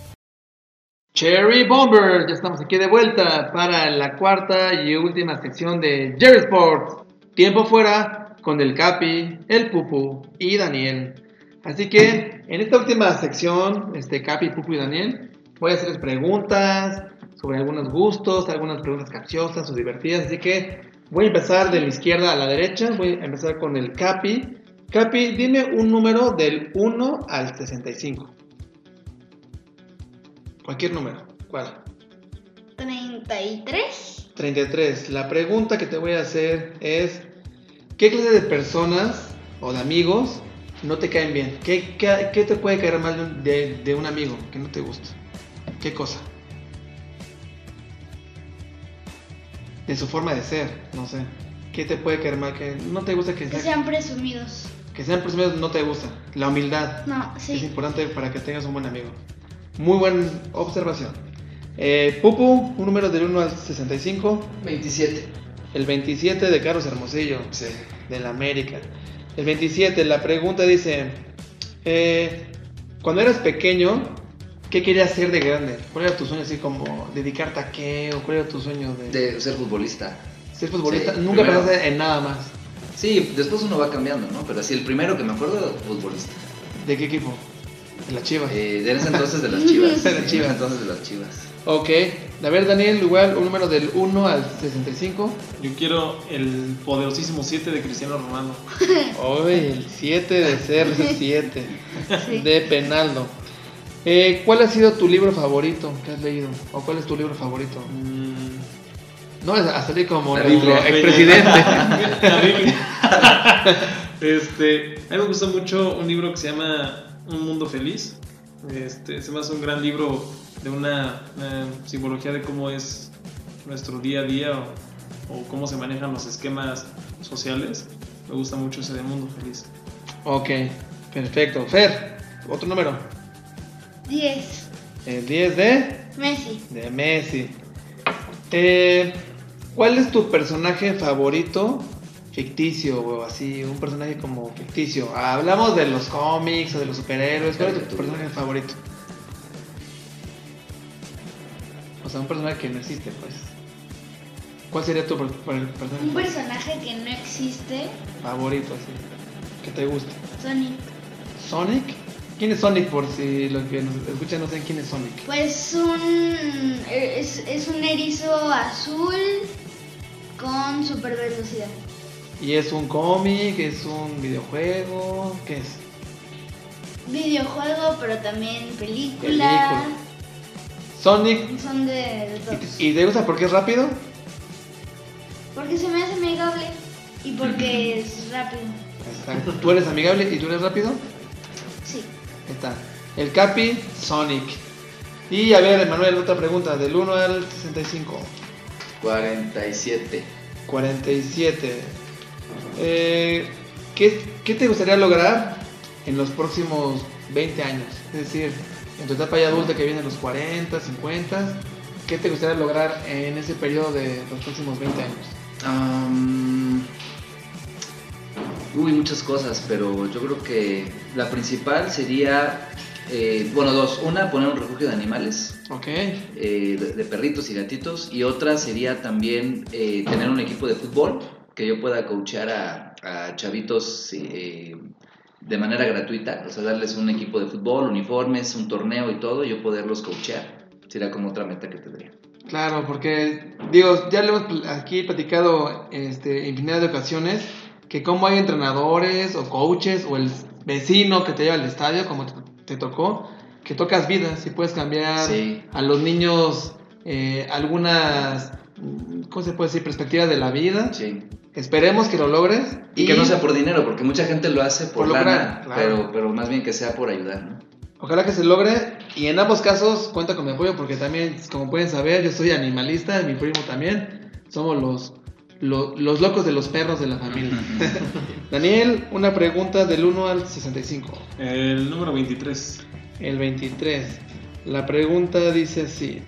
Cherry Bomber, ya estamos aquí de vuelta para la cuarta y última sección de Jerry Sports. Tiempo fuera con el Capi, el Pupu y Daniel. Así que en esta última sección, este Capi, Pupu y Daniel, voy a hacerles preguntas sobre algunos gustos, algunas preguntas capciosas o divertidas. Así que voy a empezar de la izquierda a la derecha. Voy a empezar con el Capi. Capi, dime un número del uno al sesenta y cinco. Cualquier número. ¿Cuál? treinta y tres. treinta y tres. La pregunta que te voy a hacer es: ¿qué clase de personas o de amigos no te caen bien? ¿Qué, qué, qué te puede caer mal de, de un amigo que no te gusta? ¿Qué cosa? De su forma de ser, no sé. ¿Qué te puede caer mal? Que no te gusta que, que sean presumidos. Que sean presumidos no te gusta. La humildad. No, sí. Es importante para que tengas un buen amigo. Muy buena observación. Eh, Pupu, un número del uno al sesenta y cinco. veintisiete. El veintisiete de Carlos Hermosillo. Sí. De la América. El veintisiete, la pregunta dice: eh, cuando eras pequeño, ¿qué querías ser de grande? ¿Cuál era tu sueño, así como dedicarte a qué? ¿O cuál era tu sueño de, de ser futbolista? Ser futbolista. Sí, Nunca primero. pensaste en nada más. Sí, después uno va cambiando, ¿no? Pero así, el primero que me acuerdo, futbolista. ¿De qué equipo? De las Chivas. Eh, en ese entonces de las Chivas. De las Chivas. En ese entonces de las Chivas. Ok. A ver, Daniel, igual un número del uno al sesenta y cinco. Yo quiero el poderosísimo siete de Cristiano Ronaldo. Hoy el siete de C R siete. Sí. De Penaldo. Eh, ¿Cuál ha sido tu libro favorito que has leído? ¿O cuál es tu libro favorito? Mm, No, a salir como La nuestro Biblia. expresidente. La Biblia. Este, a mí me gusta mucho un libro que se llama Un Mundo Feliz. Este, se me hace un gran libro de una, una simbología de cómo es nuestro día a día o, o cómo se manejan los esquemas sociales. Me gusta mucho ese de Mundo Feliz. Ok, perfecto. Fer, otro número. diez. El diez de, Messi. de Messi. Eh, ¿Cuál es tu personaje favorito ficticio o así? Un personaje como ficticio. Hablamos de los cómics o de los superhéroes. ¿Cuál es tu personaje favorito? O sea, un personaje que no existe, pues. ¿Cuál sería tu per- per- personaje Un personaje que no existe. favorito, así? Que te guste. Sonic. ¿Sonic? ¿Quién es Sonic? Por si los que nos escuchan no saben quién es Sonic. Pues un. Es, es un erizo azul con super velocidad. ¿Y es un cómic? ¿Es un videojuego? ¿Qué es? Videojuego, pero también película. Película. Sonic. Son de, de todos. ¿Y, y te gusta porque es rápido? Porque se me hace amigable y porque es rápido. Exacto. ¿Tú eres amigable y tú eres rápido? Sí. Ahí está. El Capi, Sonic. Y a ver, Manuel, otra pregunta. Del uno al sesenta y cinco. cuarenta y siete. cuarenta y siete. Eh, ¿qué, ¿Qué te gustaría lograr en los próximos veinte años? Es decir, en tu etapa ya adulta que vienen los cuarenta, cincuenta. ¿Qué te gustaría lograr en ese periodo de los próximos veinte años? Um, uy, muchas cosas, pero yo creo que la principal sería, eh, bueno, dos. Una, poner un refugio de animales, Ok. eh, de, de perritos y gatitos. Y otra sería también eh, tener un equipo de fútbol que yo pueda coachear a, a chavitos eh, de manera gratuita. O sea, darles un equipo de fútbol, uniformes, un torneo y todo, yo poderlos coachear. Sería como otra meta que tendría. Claro, porque, digo, ya lo hemos pl- aquí platicado este, infinidad de ocasiones, que como hay entrenadores o coaches o el vecino que te lleva al estadio, como te, te tocó, que tocas vidas y puedes cambiar Sí. a los niños eh, algunas, mm, ¿cómo se puede decir?, perspectivas de la vida. Sí. Esperemos que lo logres. Y que no sea por dinero, porque mucha gente lo hace por, Por lograr, lana, claro. pero, pero más bien que sea por ayudar, ¿no? Ojalá que se logre, y en ambos casos cuenta con mi apoyo, porque también, como pueden saber, yo soy animalista, mi primo también, somos los, los, los locos de los perros de la familia. Daniel, una pregunta del uno al sesenta y cinco. El número veintitrés. El veintitrés. La pregunta dice así.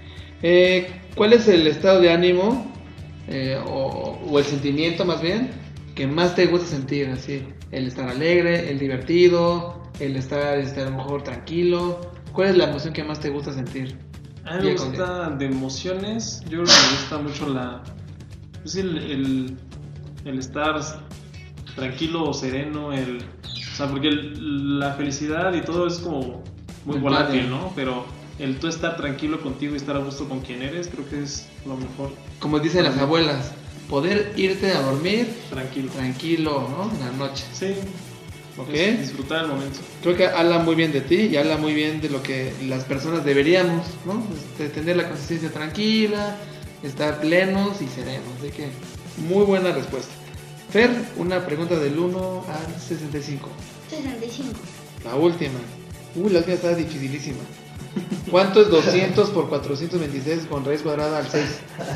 Eh, ¿Cuál es el estado de ánimo, eh, o, o el sentimiento más bien, que más te gusta sentir? Así, el estar alegre, el divertido, el estar este, a lo mejor tranquilo. ¿Cuál es la emoción que más te gusta sentir? A mí me Día con gusta de emociones. Yo creo que me gusta mucho la. Pues el, el, el estar tranquilo, sereno, el. O sea, porque el- la felicidad y todo es como muy Muy volátil, padre. ¿no? Pero el tú estar tranquilo contigo y estar a gusto con quien eres, creo que es lo mejor. Como dicen las abuelas, poder irte a dormir Tranquilo. tranquilo, ¿no? En la noche. Sí. ¿Ok? Es disfrutar el momento. Creo que habla muy bien de ti y habla muy bien de lo que las personas deberíamos, ¿no? Este, tener la conciencia tranquila, estar plenos y serenos. Así que, muy buena respuesta. Fer, una pregunta del uno al sesenta y cinco. sesenta y cinco. La última. Uy, la última está dificilísima. ¿Cuánto es doscientos por cuatrocientos veintiséis con raíz cuadrada al seis?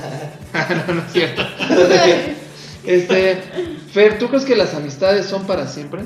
no, no es cierto. Este, Fer, ¿tú crees que las amistades son para siempre?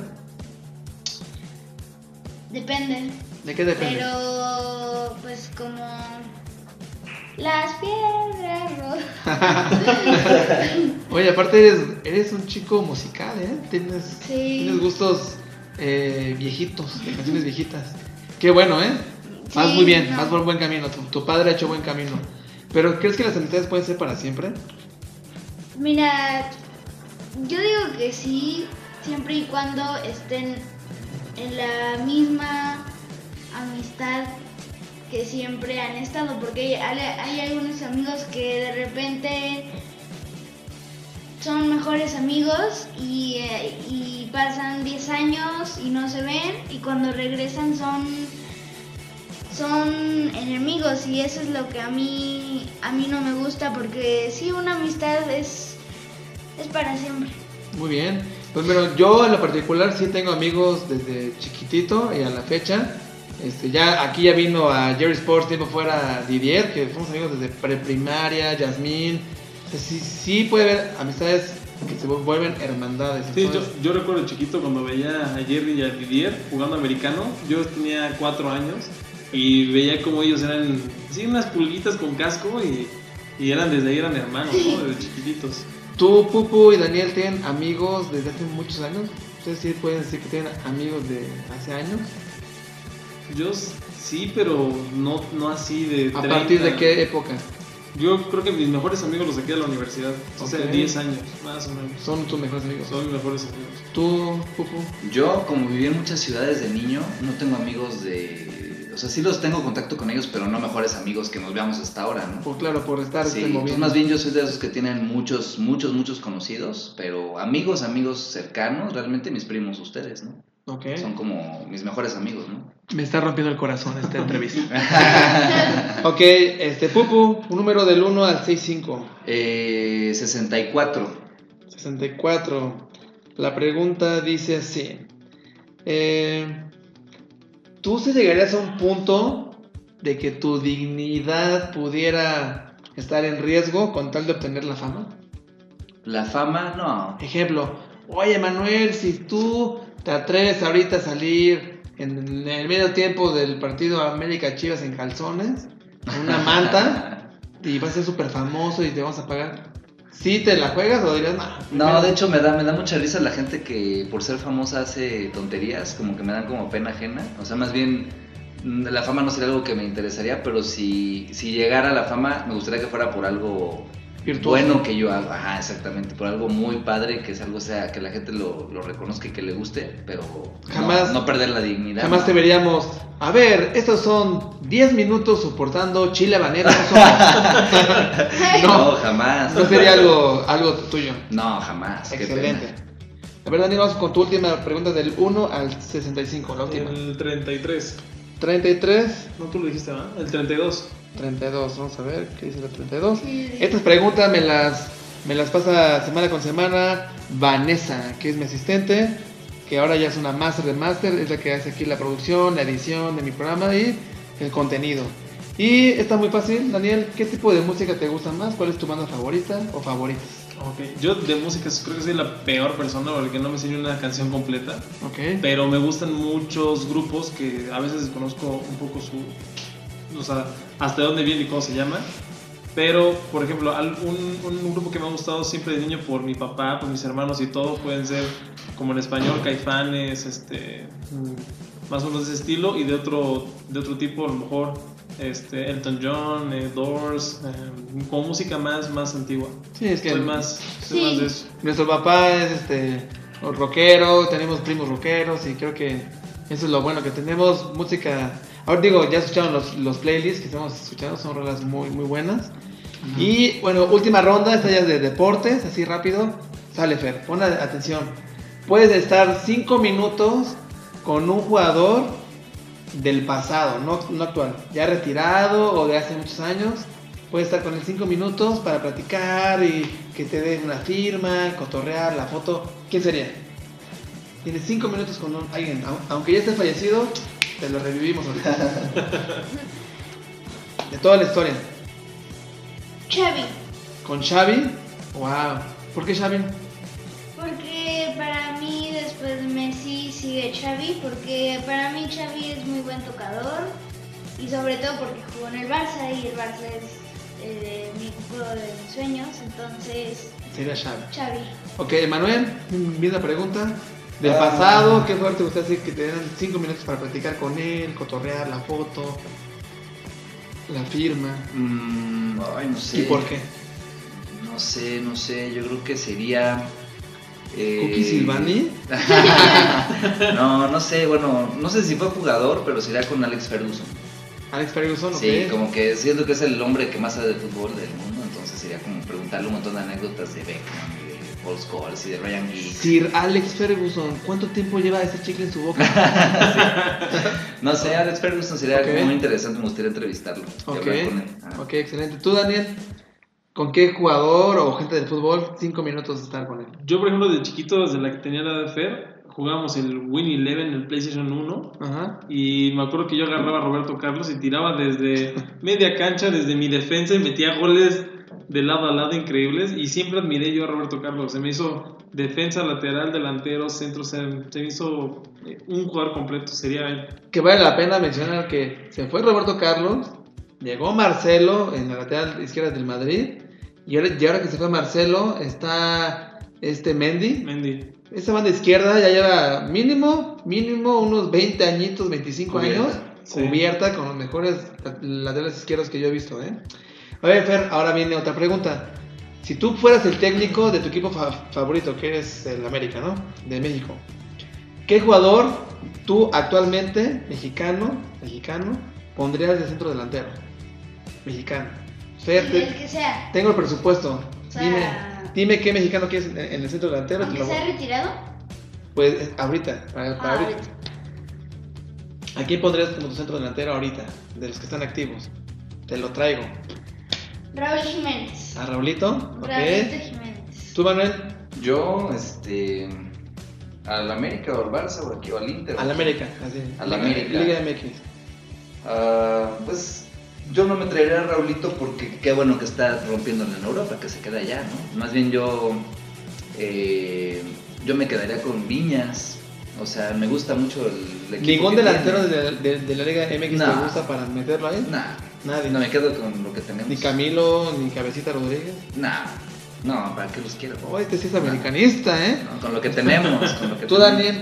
Depende. ¿De qué depende? Pero, pues como las piedras rojas. Oye, aparte eres, eres un chico musical, ¿eh? Tienes, Sí. tienes gustos eh, viejitos, de canciones viejitas. Qué bueno, ¿eh? Vas Sí, muy bien, no. vas por buen camino. Tu, tu padre ha hecho buen camino. Pero, ¿crees que las amistades pueden ser para siempre? Mira, yo digo que sí, siempre y cuando estén en la misma amistad que siempre han estado, porque hay, hay algunos amigos que de repente son mejores amigos y, eh, y pasan diez años y no se ven, y cuando regresan son son enemigos, y eso es lo que a mí a mí no me gusta, porque sí, una amistad es es para siempre. Muy bien. Pues bueno, yo en lo particular sí tengo amigos desde chiquitito y a la fecha. Este, ya aquí ya vino a Jerry Sports, tiempo fuera Didier, que fuimos amigos desde preprimaria, Yasmín. Sí, sí puede haber amistades que se vuelven hermandades. Sí, Entonces, yo, yo recuerdo chiquito cuando veía a Jerry y a Didier jugando americano. Yo tenía cuatro años y veía como ellos eran, sí, unas pulguitas con casco y, y eran desde ahí eran hermanos, ¿no? Desde chiquititos. ¿Tú, Pupu y Daniel tienen amigos desde hace muchos años? ¿Ustedes sí pueden decir que tienen amigos de hace años? Yo sí, pero no, no así de ¿A treinta. partir de qué época? Yo creo que mis mejores amigos los saqué de la universidad, hace Ok. diez años, más o menos. Son tus mejores amigos. Son mis mejores amigos. ¿Tú, Pupu? Yo, como viví en muchas ciudades de niño, no tengo amigos de... O sea, sí los tengo contacto con ellos, pero no mejores amigos que nos veamos hasta ahora, ¿no? Por claro, por estar Sí, este pues moviendo. más bien yo soy de esos que tienen muchos, muchos, muchos conocidos, pero amigos, amigos cercanos, realmente mis primos, ustedes, ¿no? Ok. Son como mis mejores amigos, ¿no? Me está rompiendo el corazón esta entrevista. Ok, este, Pupu, un número del uno al sesenta y cinco. eh, sesenta y cuatro. sesenta y cuatro. La pregunta dice así. Eh, ¿Tú se llegarías a un punto de que tu dignidad pudiera estar en riesgo con tal de obtener la fama? La fama, no. Ejemplo, oye Manuel, si tú te atreves ahorita a salir en el medio tiempo del partido América Chivas en calzones, con una manta, y vas a ser súper famoso y te vamos a pagar, ¿sí te la juegas o dirías no? No, primero- de hecho me da, me da mucha risa la gente que por ser famosa hace tonterías, como que me dan como pena ajena. O sea, más bien mm, la fama no sería algo que me interesaría, pero si, si llegara a la fama me gustaría que fuera por algo Virtuoso. bueno que yo hago. Ajá, exactamente, por algo muy padre, que es algo, sea, que la gente lo, lo reconozca y que le guste, pero no- Jamás- no, perder la dignidad. Jamás ¿no? te veríamos, a ver, estos son diez minutos soportando chile habanero. No, No, jamás. no sería algo, algo tuyo. No, jamás. qué Excelente. pena. A ver, Daniel, vamos con tu última pregunta del uno al sesenta y cinco, la última. El treinta y tres. treinta y tres, No, tú lo dijiste, ¿verdad? El treinta y dos. treinta y dos, vamos a ver qué dice la treinta y dos. Sí, sí. Estas preguntas me las, me las pasa semana con semana Vanessa, que es mi asistente, que ahora ya es una máster de máster, es la que hace aquí la producción, la edición de mi programa y el contenido. Y está muy fácil, Daniel, ¿qué tipo de música te gusta más? ¿Cuál es tu banda favorita o favoritas? Ok, yo de música creo que soy la peor persona porque no me enseño una canción completa, Ok. pero me gustan muchos grupos que a veces desconozco un poco su, o sea, hasta dónde viene y cómo se llama. Pero, por ejemplo, al- un, un grupo que me ha gustado siempre de niño por mi papá, por mis hermanos y todo, pueden ser como en español, Caifanes, este, mm, más o menos de ese estilo, y de otro, de otro tipo, a lo mejor este, Elton John, eh, Doors, eh, con música más, más antigua. Sí, es que Soy más, soy Sí. más de eso. nuestro papá es este rockero, tenemos primos rockeros y creo que eso es lo bueno que tenemos música. Ahora digo, ya escucharon los, los playlists que estamos escuchando, son rolas muy muy buenas. Y bueno, última ronda, esta ya es de deportes, así rápido. Sale Fer, pon a- atención. Puedes estar cinco minutos con un jugador del pasado, no, no actual, ya retirado o de hace muchos años. Puedes estar con él cinco minutos para platicar y que te den una firma, cotorrear, la foto. ¿Quién sería? Tienes cinco minutos con un- alguien, au- aunque ya esté fallecido, te lo revivimos ahorita. De toda la historia. Xavi, Con Xavi, wow. ¿Por qué Xavi? porque para mí después de Messi sigue Xavi, porque para mí Xavi es muy buen tocador y sobre todo porque jugó en el Barça y el Barça es eh, mi equipo de mis sueños, entonces Sería Xavi. Xavi. Ok, Manuel, misma pregunta. Del Ah. pasado, ¿qué jugador te gustaría decir que te den cinco minutos para platicar con él, cotorrear, la foto, la firma? Mm, ay, no sé. ¿Y por qué? No sé, no sé. Yo creo que sería. Eh... ¿Cookie Silvani? No, no sé, bueno, no sé si fue jugador, pero sería con Alex Ferguson. Alex Ferguson, Sí, ok. como que siento que es el hombre que más sabe de fútbol del mundo, entonces sería como preguntarle un montón de anécdotas de Beckham, y de Paul Scholes y de Ryan Giggs. Sir Alex Ferguson, ¿cuánto tiempo lleva ese chicle en su boca? No sé, Alex Ferguson sería Ok. como muy interesante, me gustaría entrevistarlo y Ok, hablar con él. Ah. ok, excelente. ¿Tú, Daniel? ¿Con qué jugador o gente del fútbol? Cinco minutos de estar con él. Yo, por ejemplo, de chiquito, desde la que tenía la edad de Fer, jugábamos el Win Eleven en el PlayStation uno. Ajá. Y me acuerdo que yo agarraba a Roberto Carlos y tiraba desde media cancha, desde mi defensa, y metía goles de lado a lado increíbles. Y siempre admiré yo a Roberto Carlos. Se me hizo defensa, lateral, delantero, centro. Se, se me hizo un jugador completo. Sería él. Que vale la pena mencionar que se fue Roberto Carlos, llegó Marcelo en la lateral izquierda del Madrid, y ahora, y ahora que se fue Marcelo está este Mendy. Mendy. Esa banda izquierda ya lleva mínimo, mínimo unos veinte añitos, veinticinco Cubierta, años, sí. cubierta con los mejores laterales izquierdos que yo he visto, ¿eh? Oye, Fer, ahora viene otra pregunta. Si tú fueras el técnico de tu equipo fa- favorito, que es el América, ¿no? De México, ¿qué jugador tú actualmente, mexicano, mexicano, pondrías de centro delantero? Mexicano. Fer, El te- que sea. tengo el presupuesto. O sea, Dime, dime qué mexicano quieres en, en el centro delantero. te Aunque lo voy- sea retirado. Pues eh, ahorita, para, para Ah, ahorita. ahorita. ¿A quién pondrías como tu centro delantero ahorita? De los que están activos. Te lo traigo. Raúl Jiménez. ¿A Raulito? Raúlito Ok. Jiménez. ¿Tú, Manuel? Yo, este. Al América o al Barça o aquí o al Inter. Al América. Así. Al Liga- América. Liga M X. Ah, pues yo no me traería a Raulito porque qué bueno que está rompiéndolo en Europa, que se queda allá, ¿no? Más bien yo. Eh, yo me quedaría con Viñas. O sea, me gusta mucho el equipo. ¿Ningún que delantero tiene. de, de- de la Liga M X te No. gusta para meterlo ahí? Nah, Nadie. no me quedo con lo que tenemos. Ni Camilo, ni Cabecita Rodríguez. Nah, no, ¿para qué los quiero? Oh, este sí es americanista, ¿eh? No, con lo que tenemos. Con lo que Tú, tenemos. Daniel,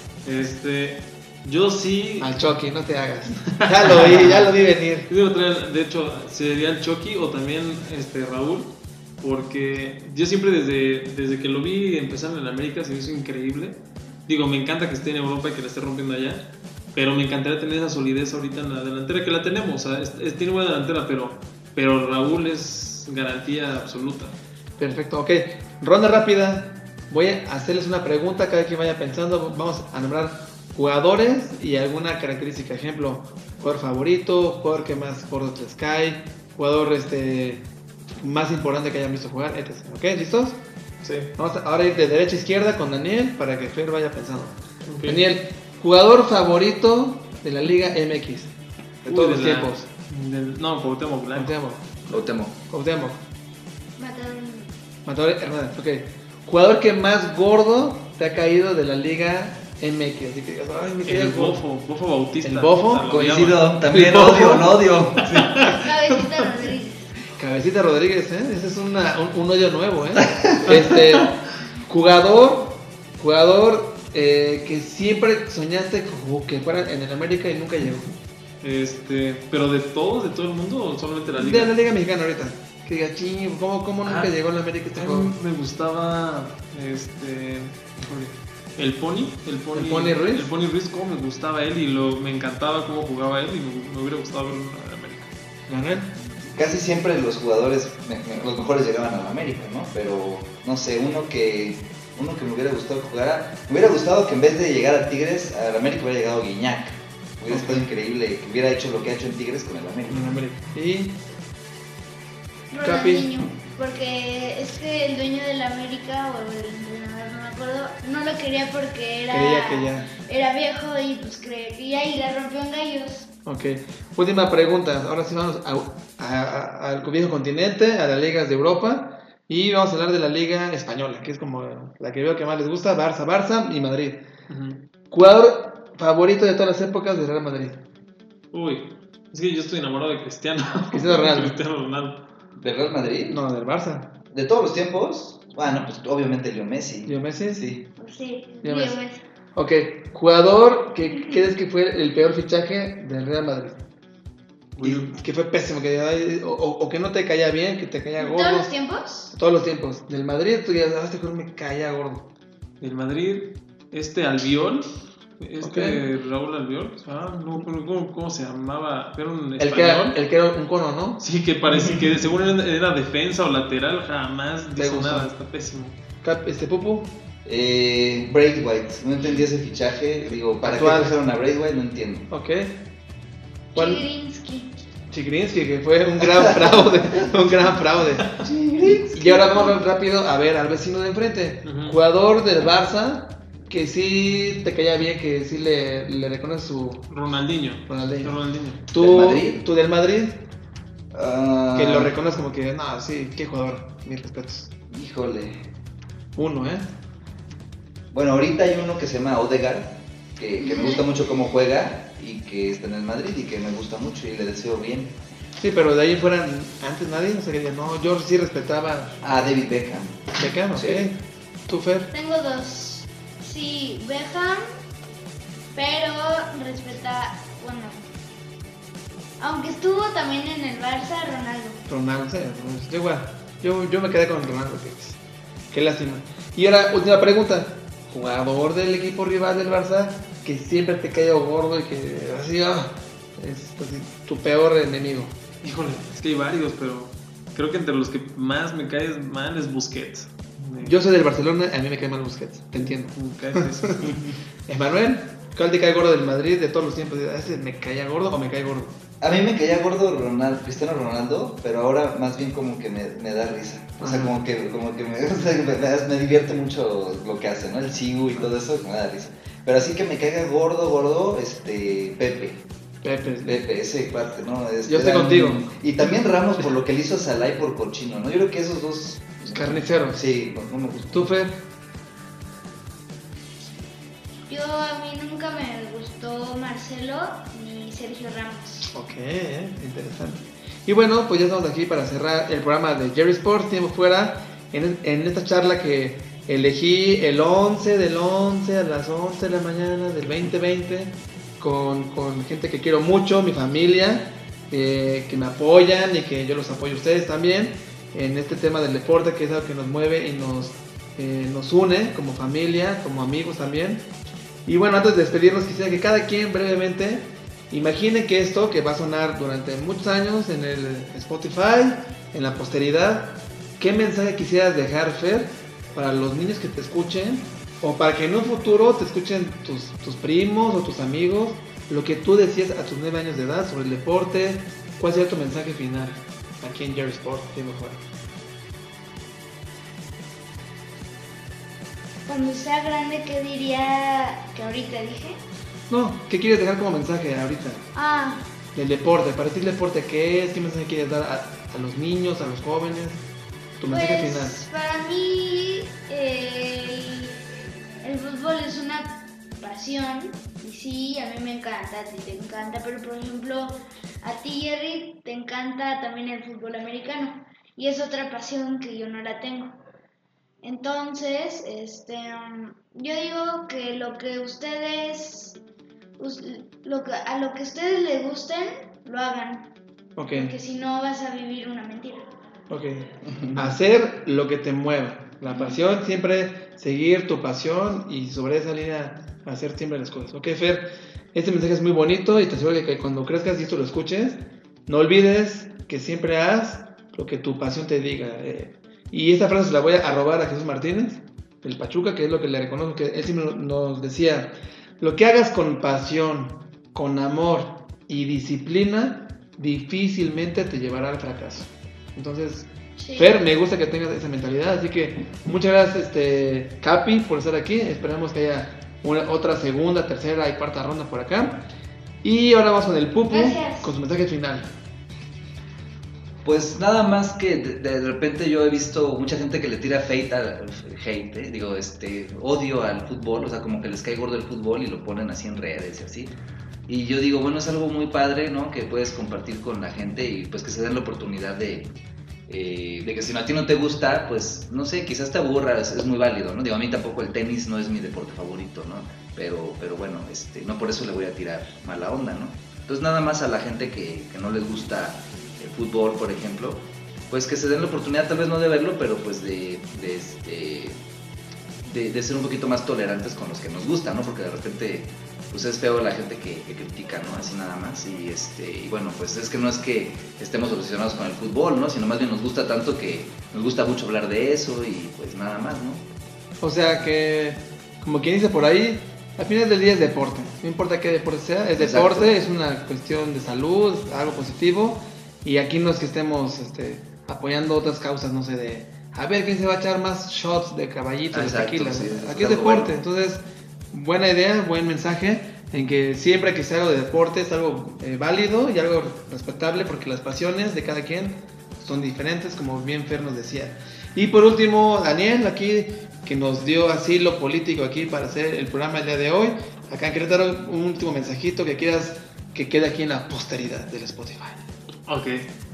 Este. Yo sí. al Chucky, no te hagas. Ya lo vi, ya lo vi venir. Yo digo traer, de hecho, sería el Chucky o también este Raúl, porque yo siempre desde, desde que lo vi empezar en el América se me hizo increíble. Digo, me encanta que esté en Europa y que la esté rompiendo allá, pero me encantaría tener esa solidez ahorita en la delantera, que la tenemos, o sea, es- es- tiene buena delantera, pero, pero Raúl es garantía absoluta. Perfecto, ok. Ronda rápida. Voy a hacerles una pregunta, cada quien vaya pensando. Vamos a nombrar jugadores y alguna característica. Ejemplo, jugador favorito, jugador que más gordo les cae, jugador este, más importante que hayan visto jugar, etcétera. ¿Ok? ¿Listos? Sí. Vamos a ahora ir de derecha a izquierda con Daniel para que Fer vaya pensando. Ok. Daniel, jugador favorito de la Liga M X de Uy, todos de los la- tiempos. del- no, Cuauhtémoc Blanco. Cuauhtémoc, Cuauhtémoc. Cuauhtémoc, Mataron. Matador Hernández, ok. Jugador que más gordo te ha caído de la Liga M X. Así que digas, ay, me cae El el gordo. Bofo, Bofo Bautista. ¿El Bofo? Puta, lo odiaba. Coincido, también El Bofo. odio, lo odio. Cabecita Rodríguez. Cabecita Rodríguez, ¿eh? Ese es una- un, un odio nuevo, ¿eh? Este, jugador, jugador eh, que siempre soñaste como que fuera en el América y nunca llegó. Este, pero de todos, de todo el mundo o solamente la De liga. la Liga Mexicana ahorita. Que diga, ching, ¿cómo, cómo nunca Ah, llegó a la América este A jugador? mí me gustaba este híjole, el Pony, el Pony, ¿El Pony Ruiz? el Pony Ruiz, cómo me gustaba él y lo, me encantaba cómo jugaba él y me, me hubiera gustado verlo en América. Manuel. Casi siempre los jugadores, me- me- los mejores llegaban a la América, ¿no? Pero, no sé, uno que uno que me hubiera gustado que jugara, me hubiera gustado que en vez de llegar a Tigres, a la América hubiera llegado Guiñac. Hubiera estado increíble que hubiera hecho lo que ha hecho en Tigres con el América. En América. Y Capi. Ronaldinho. Porque es que el dueño de la América o el entrenador, no me acuerdo, no lo quería porque era, creía que ya. era viejo y pues creía y la rompió en gallos. Ok. Última pregunta. Ahora sí vamos a- a- a- al viejo continente, a las ligas de Europa. Y vamos a hablar de la Liga Española, que es como la que veo que más les gusta: Barça, Barça y Madrid. Jugador favorito de todas las épocas del Real Madrid. Uy, es que yo estoy enamorado de Cristiano. Cristiano Ronaldo. Cristiano Ronaldo. ¿De Real Madrid? No, del Barça. ¿De todos los tiempos? Bueno, pues obviamente Leo Messi. ¿Leo Messi? Sí. Sí, Ya Leo ves. Messi. Ok. Jugador que crees que fue el peor fichaje del Real Madrid. Y que fue pésimo, que, ay, o, o- o que no te caía bien, que te caía gordo. ¿Todos los tiempos? Todos los tiempos. Del Madrid, tú ya, ah, este jugador me caía gordo. Del Madrid, este Albiol, este Okay. Raúl Albiol, ah, no, ¿cómo, cómo se llamaba? Era un El que, español. era, el que era un cono, ¿no? Sí, que parecía que según era, era defensa o lateral, jamás ¿Te hizo gustó? nada, está pésimo. Cap- Este Pupu, Eh, Braithwaite, no entendí ese fichaje. Digo, ¿para Actual. qué trajeron a Braithwaite? No entiendo. ok. ¿Cuál? Chigrinsky. Chigrinsky, que fue un gran fraude, un gran fraude. Y ahora vamos rápido a ver al vecino de enfrente, Ujú. jugador del Barça, que sí te caía bien, que sí le, le reconoce su Ronaldinho. Ronaldinho. Ronaldinho. ¿Tú, ¿Del Madrid? tú del Madrid, Ah, que lo reconoces como que, no, sí, qué jugador, mis respetos. Híjole. Uno, ¿eh? Bueno, ahorita hay uno que se llama Odegaard, que, que me gusta mucho cómo juega y que está en el Madrid y que me gusta mucho y le deseo bien. Sí, pero de ahí fueran antes nadie, no sé qué diría, no, yo sí respetaba Ah, David Beckham. Beckham, ok. Sí. ¿Tú, Fer? Tengo dos. Sí, Beckham, pero respeta, bueno, aunque estuvo también en el Barça, Ronaldo. Ronaldo, sí, Ronaldo. Yo igual, yo, yo me quedé con Ronaldo, que, qué lástima. Y ahora, última pregunta, jugador del equipo rival del Barça, que siempre te caiga gordo y que así, ah, es pues, tu peor enemigo. Híjole, es que hay varios, pero creo que entre los que más me caes mal es Busquets. Me- Yo soy del Barcelona, a mí me cae mal Busquets, te entiendo. me caes eso. Emanuel, ¿cuál te cae gordo del Madrid de todos los tiempos? ¿A ese me caía gordo o me cae gordo? A mí me caía gordo Ronaldo, Cristiano Ronaldo, pero ahora más bien como que me, me da risa. O sea, Ajá. como que, como que me, o sea, me, me- me divierte mucho lo que hace, ¿no? El Sigu y todo eso, me da risa. Pero así que me caiga gordo, gordo, este, Pepe. Pepe. Pepe, ese parte, ¿no? Este, Yo estoy dan- contigo. Y también Ramos por lo que le hizo a Salah y por cochino, ¿no? Yo creo que esos dos... Carniceros. Sí, no, no me gusta. ¿Tú, Fer? Yo a mí nunca me gustó Marcelo ni Sergio Ramos. Ok, eh, interesante. Y bueno, pues ya estamos aquí para cerrar el programa de Jerry Sports, tiempo fuera, en, en esta charla que elegí el once del once a las once de la mañana del veinte veinte, con, con gente que quiero mucho, mi familia, eh, que me apoyan y que yo los apoyo a ustedes también, en este tema del deporte, que es algo que nos mueve y nos, eh, nos une como familia, como amigos también. Y bueno, antes de despedirnos, quisiera que cada quien brevemente imagine que esto que va a sonar durante muchos años en el Spotify, en la posteridad, ¿qué mensaje quisieras dejar, Fer, para los niños que te escuchen? O para que en un futuro te escuchen tus, tus primos o tus amigos, lo que tú decías a tus nueve años de edad sobre el deporte. ¿Cuál sería tu mensaje final aquí en Jerry Sport? Tiempo fuera. Cuando sea grande, ¿qué diría que ahorita dije? No, ¿qué quieres dejar como mensaje ahorita? Ah, Del deporte, para ti el deporte, ¿qué es? ¿Qué mensaje quieres dar a, a los niños, a los jóvenes? Tu mensaje pues final. para mí el, el fútbol es una pasión y sí, a mí me encanta, a ti te encanta, pero por ejemplo a ti, Jerry, te encanta también el fútbol americano y es otra pasión que yo no la tengo. Entonces, este, um, yo digo que lo que ustedes, us- lo que, a lo que ustedes les gusten, lo hagan, Ok, porque si no vas a vivir una mentira. ok. Hacer lo que te mueva. La pasión, siempre seguir tu pasión y sobre esa línea hacer siempre las cosas. Ok, Fer, este mensaje es muy bonito y te aseguro que cuando crezcas y esto lo escuches, no olvides que siempre haz lo que tu pasión te diga. Eh, y esta frase se la voy a robar a Jesús Martínez, del Pachuca, que es lo que le reconozco, que él siempre nos decía, lo que hagas con pasión, con amor y disciplina, difícilmente te llevará al fracaso. Entonces, Sí. Fer, me gusta que tengas esa mentalidad, así que muchas gracias, este, Capi, por estar aquí. Esperamos que haya una, otra segunda, tercera y cuarta ronda por acá. Y ahora vamos con el Pupu, Gracias. con su mensaje final. Pues nada más que de, de repente yo he visto mucha gente que le tira hate, al, hate eh, digo, este, odio al fútbol, o sea, como que les cae gordo el fútbol y lo ponen así en redes y así. Y yo digo, bueno, es algo muy padre, ¿no? Que puedes compartir con la gente y pues que se den la oportunidad de, eh, de que si no, a ti no te gusta, pues no sé, quizás te aburra, es, es muy válido, ¿no? Digo, a mí tampoco el tenis no es mi deporte favorito, ¿no? Pero, pero bueno, este, no por eso le voy a tirar mala onda, ¿no? Entonces nada más a la gente que, que no les gusta el fútbol, por ejemplo, pues que se den la oportunidad, tal vez no de verlo, pero pues de, de, este, de, de ser un poquito más tolerantes con los que nos gusta, ¿no? Porque de repente pues es feo la gente que, que critica, ¿no? Así nada más. Y este y bueno, pues es que no es que estemos obsesionados con el fútbol, ¿no? Sino más bien nos gusta tanto que nos gusta mucho hablar de eso y pues nada más, ¿no? O sea que, como quien dice por ahí, al final del día es deporte. No importa qué deporte sea, es deporte, Exacto. Es una cuestión de salud, algo positivo. Y aquí no es que estemos este, apoyando otras causas, no sé, de a ver quién se va a echar más shots de caballito, de tequila. Sí, aquí es deporte, bueno. Entonces, buena idea, buen mensaje en que siempre que se haga de deporte es algo eh, válido y algo respetable porque las pasiones de cada quien son diferentes, como bien Fer nos decía. Y por último, Daniel, aquí que nos dio asilo político aquí para hacer el programa el día de hoy. Acá en Querétaro, un último mensajito que quieras que quede aquí en la posteridad del Spotify. Ok,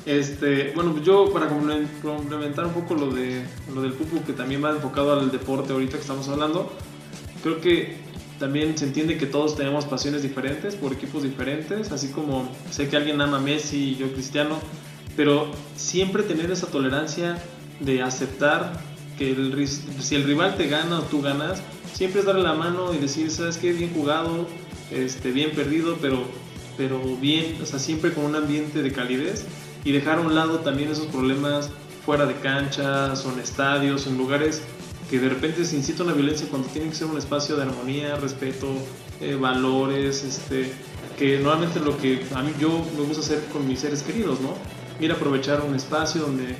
este, bueno, yo para complementar un poco lo, de, lo del Pupu, que también va enfocado al deporte ahorita que estamos hablando, creo que también se entiende que todos tenemos pasiones diferentes por equipos diferentes, así como sé que alguien ama a Messi y yo Cristiano, pero siempre tener esa tolerancia de aceptar que el, si el rival te gana o tú ganas, siempre es darle la mano y decir, ¿sabes qué? Bien jugado, este, bien perdido, pero... pero bien, o sea, siempre con un ambiente de calidez y dejar a un lado también esos problemas fuera de canchas o en estadios o en lugares que de repente se incita una violencia cuando tiene que ser un espacio de armonía, respeto, eh, valores, este, que normalmente lo que a mí yo me gusta hacer con mis seres queridos, ¿no? Ir a aprovechar un espacio donde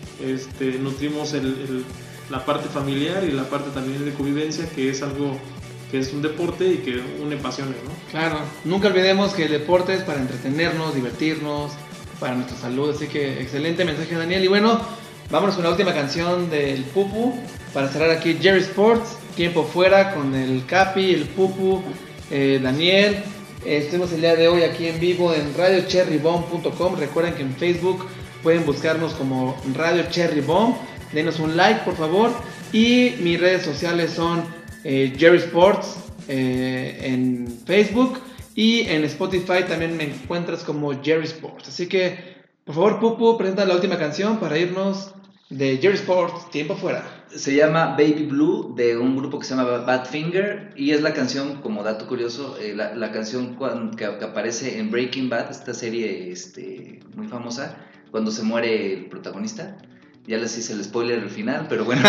este, nutrimos el, el, la parte familiar y la parte también de convivencia, que es algo que es un deporte y que une pasiones, ¿no? Claro, nunca olvidemos que el deporte es para entretenernos, divertirnos, para nuestra salud, así que excelente mensaje, Daniel. Y bueno, vámonos con la última canción del Pupu para cerrar aquí Jerry Sports, tiempo fuera con el Capi, el Pupu, eh, Daniel. Eh, estuvimos el día de hoy aquí en vivo en radio cherry bomb punto com. Recuerden que en Facebook pueden buscarnos como Radio Cherry Bomb. Denos un like, por favor. Y mis redes sociales son Eh, Jerry Sports eh, en Facebook y en Spotify también me encuentras como Jerry Sports. Así que, por favor, Pupu, presenta la última canción para irnos de Jerry Sports, tiempo fuera. Se llama Baby Blue, de un grupo que se llama Badfinger, y es la canción, como dato curioso, eh, la, la canción cuando, que, que aparece en Breaking Bad, esta serie este, muy famosa, cuando se muere el protagonista. Ya les hice el spoiler al final, pero bueno,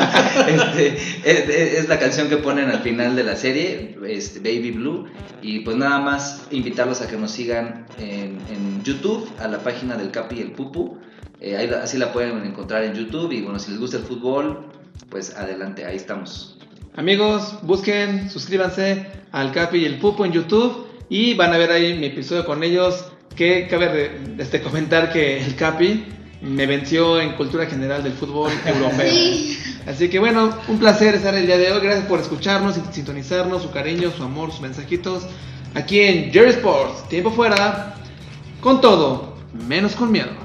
este, es, es la canción que ponen al final de la serie, este, Baby Blue. Y pues nada más invitarlos a que nos sigan en, en YouTube, a la página del Capi y el Pupu. Eh, ahí, así la pueden encontrar en YouTube. Y bueno, si les gusta el fútbol, pues adelante, ahí estamos. Amigos, busquen, suscríbanse al Capi y el Pupu en YouTube y van a ver ahí mi episodio con ellos. Que cabe este, comentar que el Capi me venció en cultura general del fútbol europeo. Sí. Así que bueno, un placer estar el día de hoy. Gracias por escucharnos y sintonizarnos, su cariño, su amor, sus mensajitos. Aquí en Jerry Sports, tiempo fuera, con todo, menos con miedo.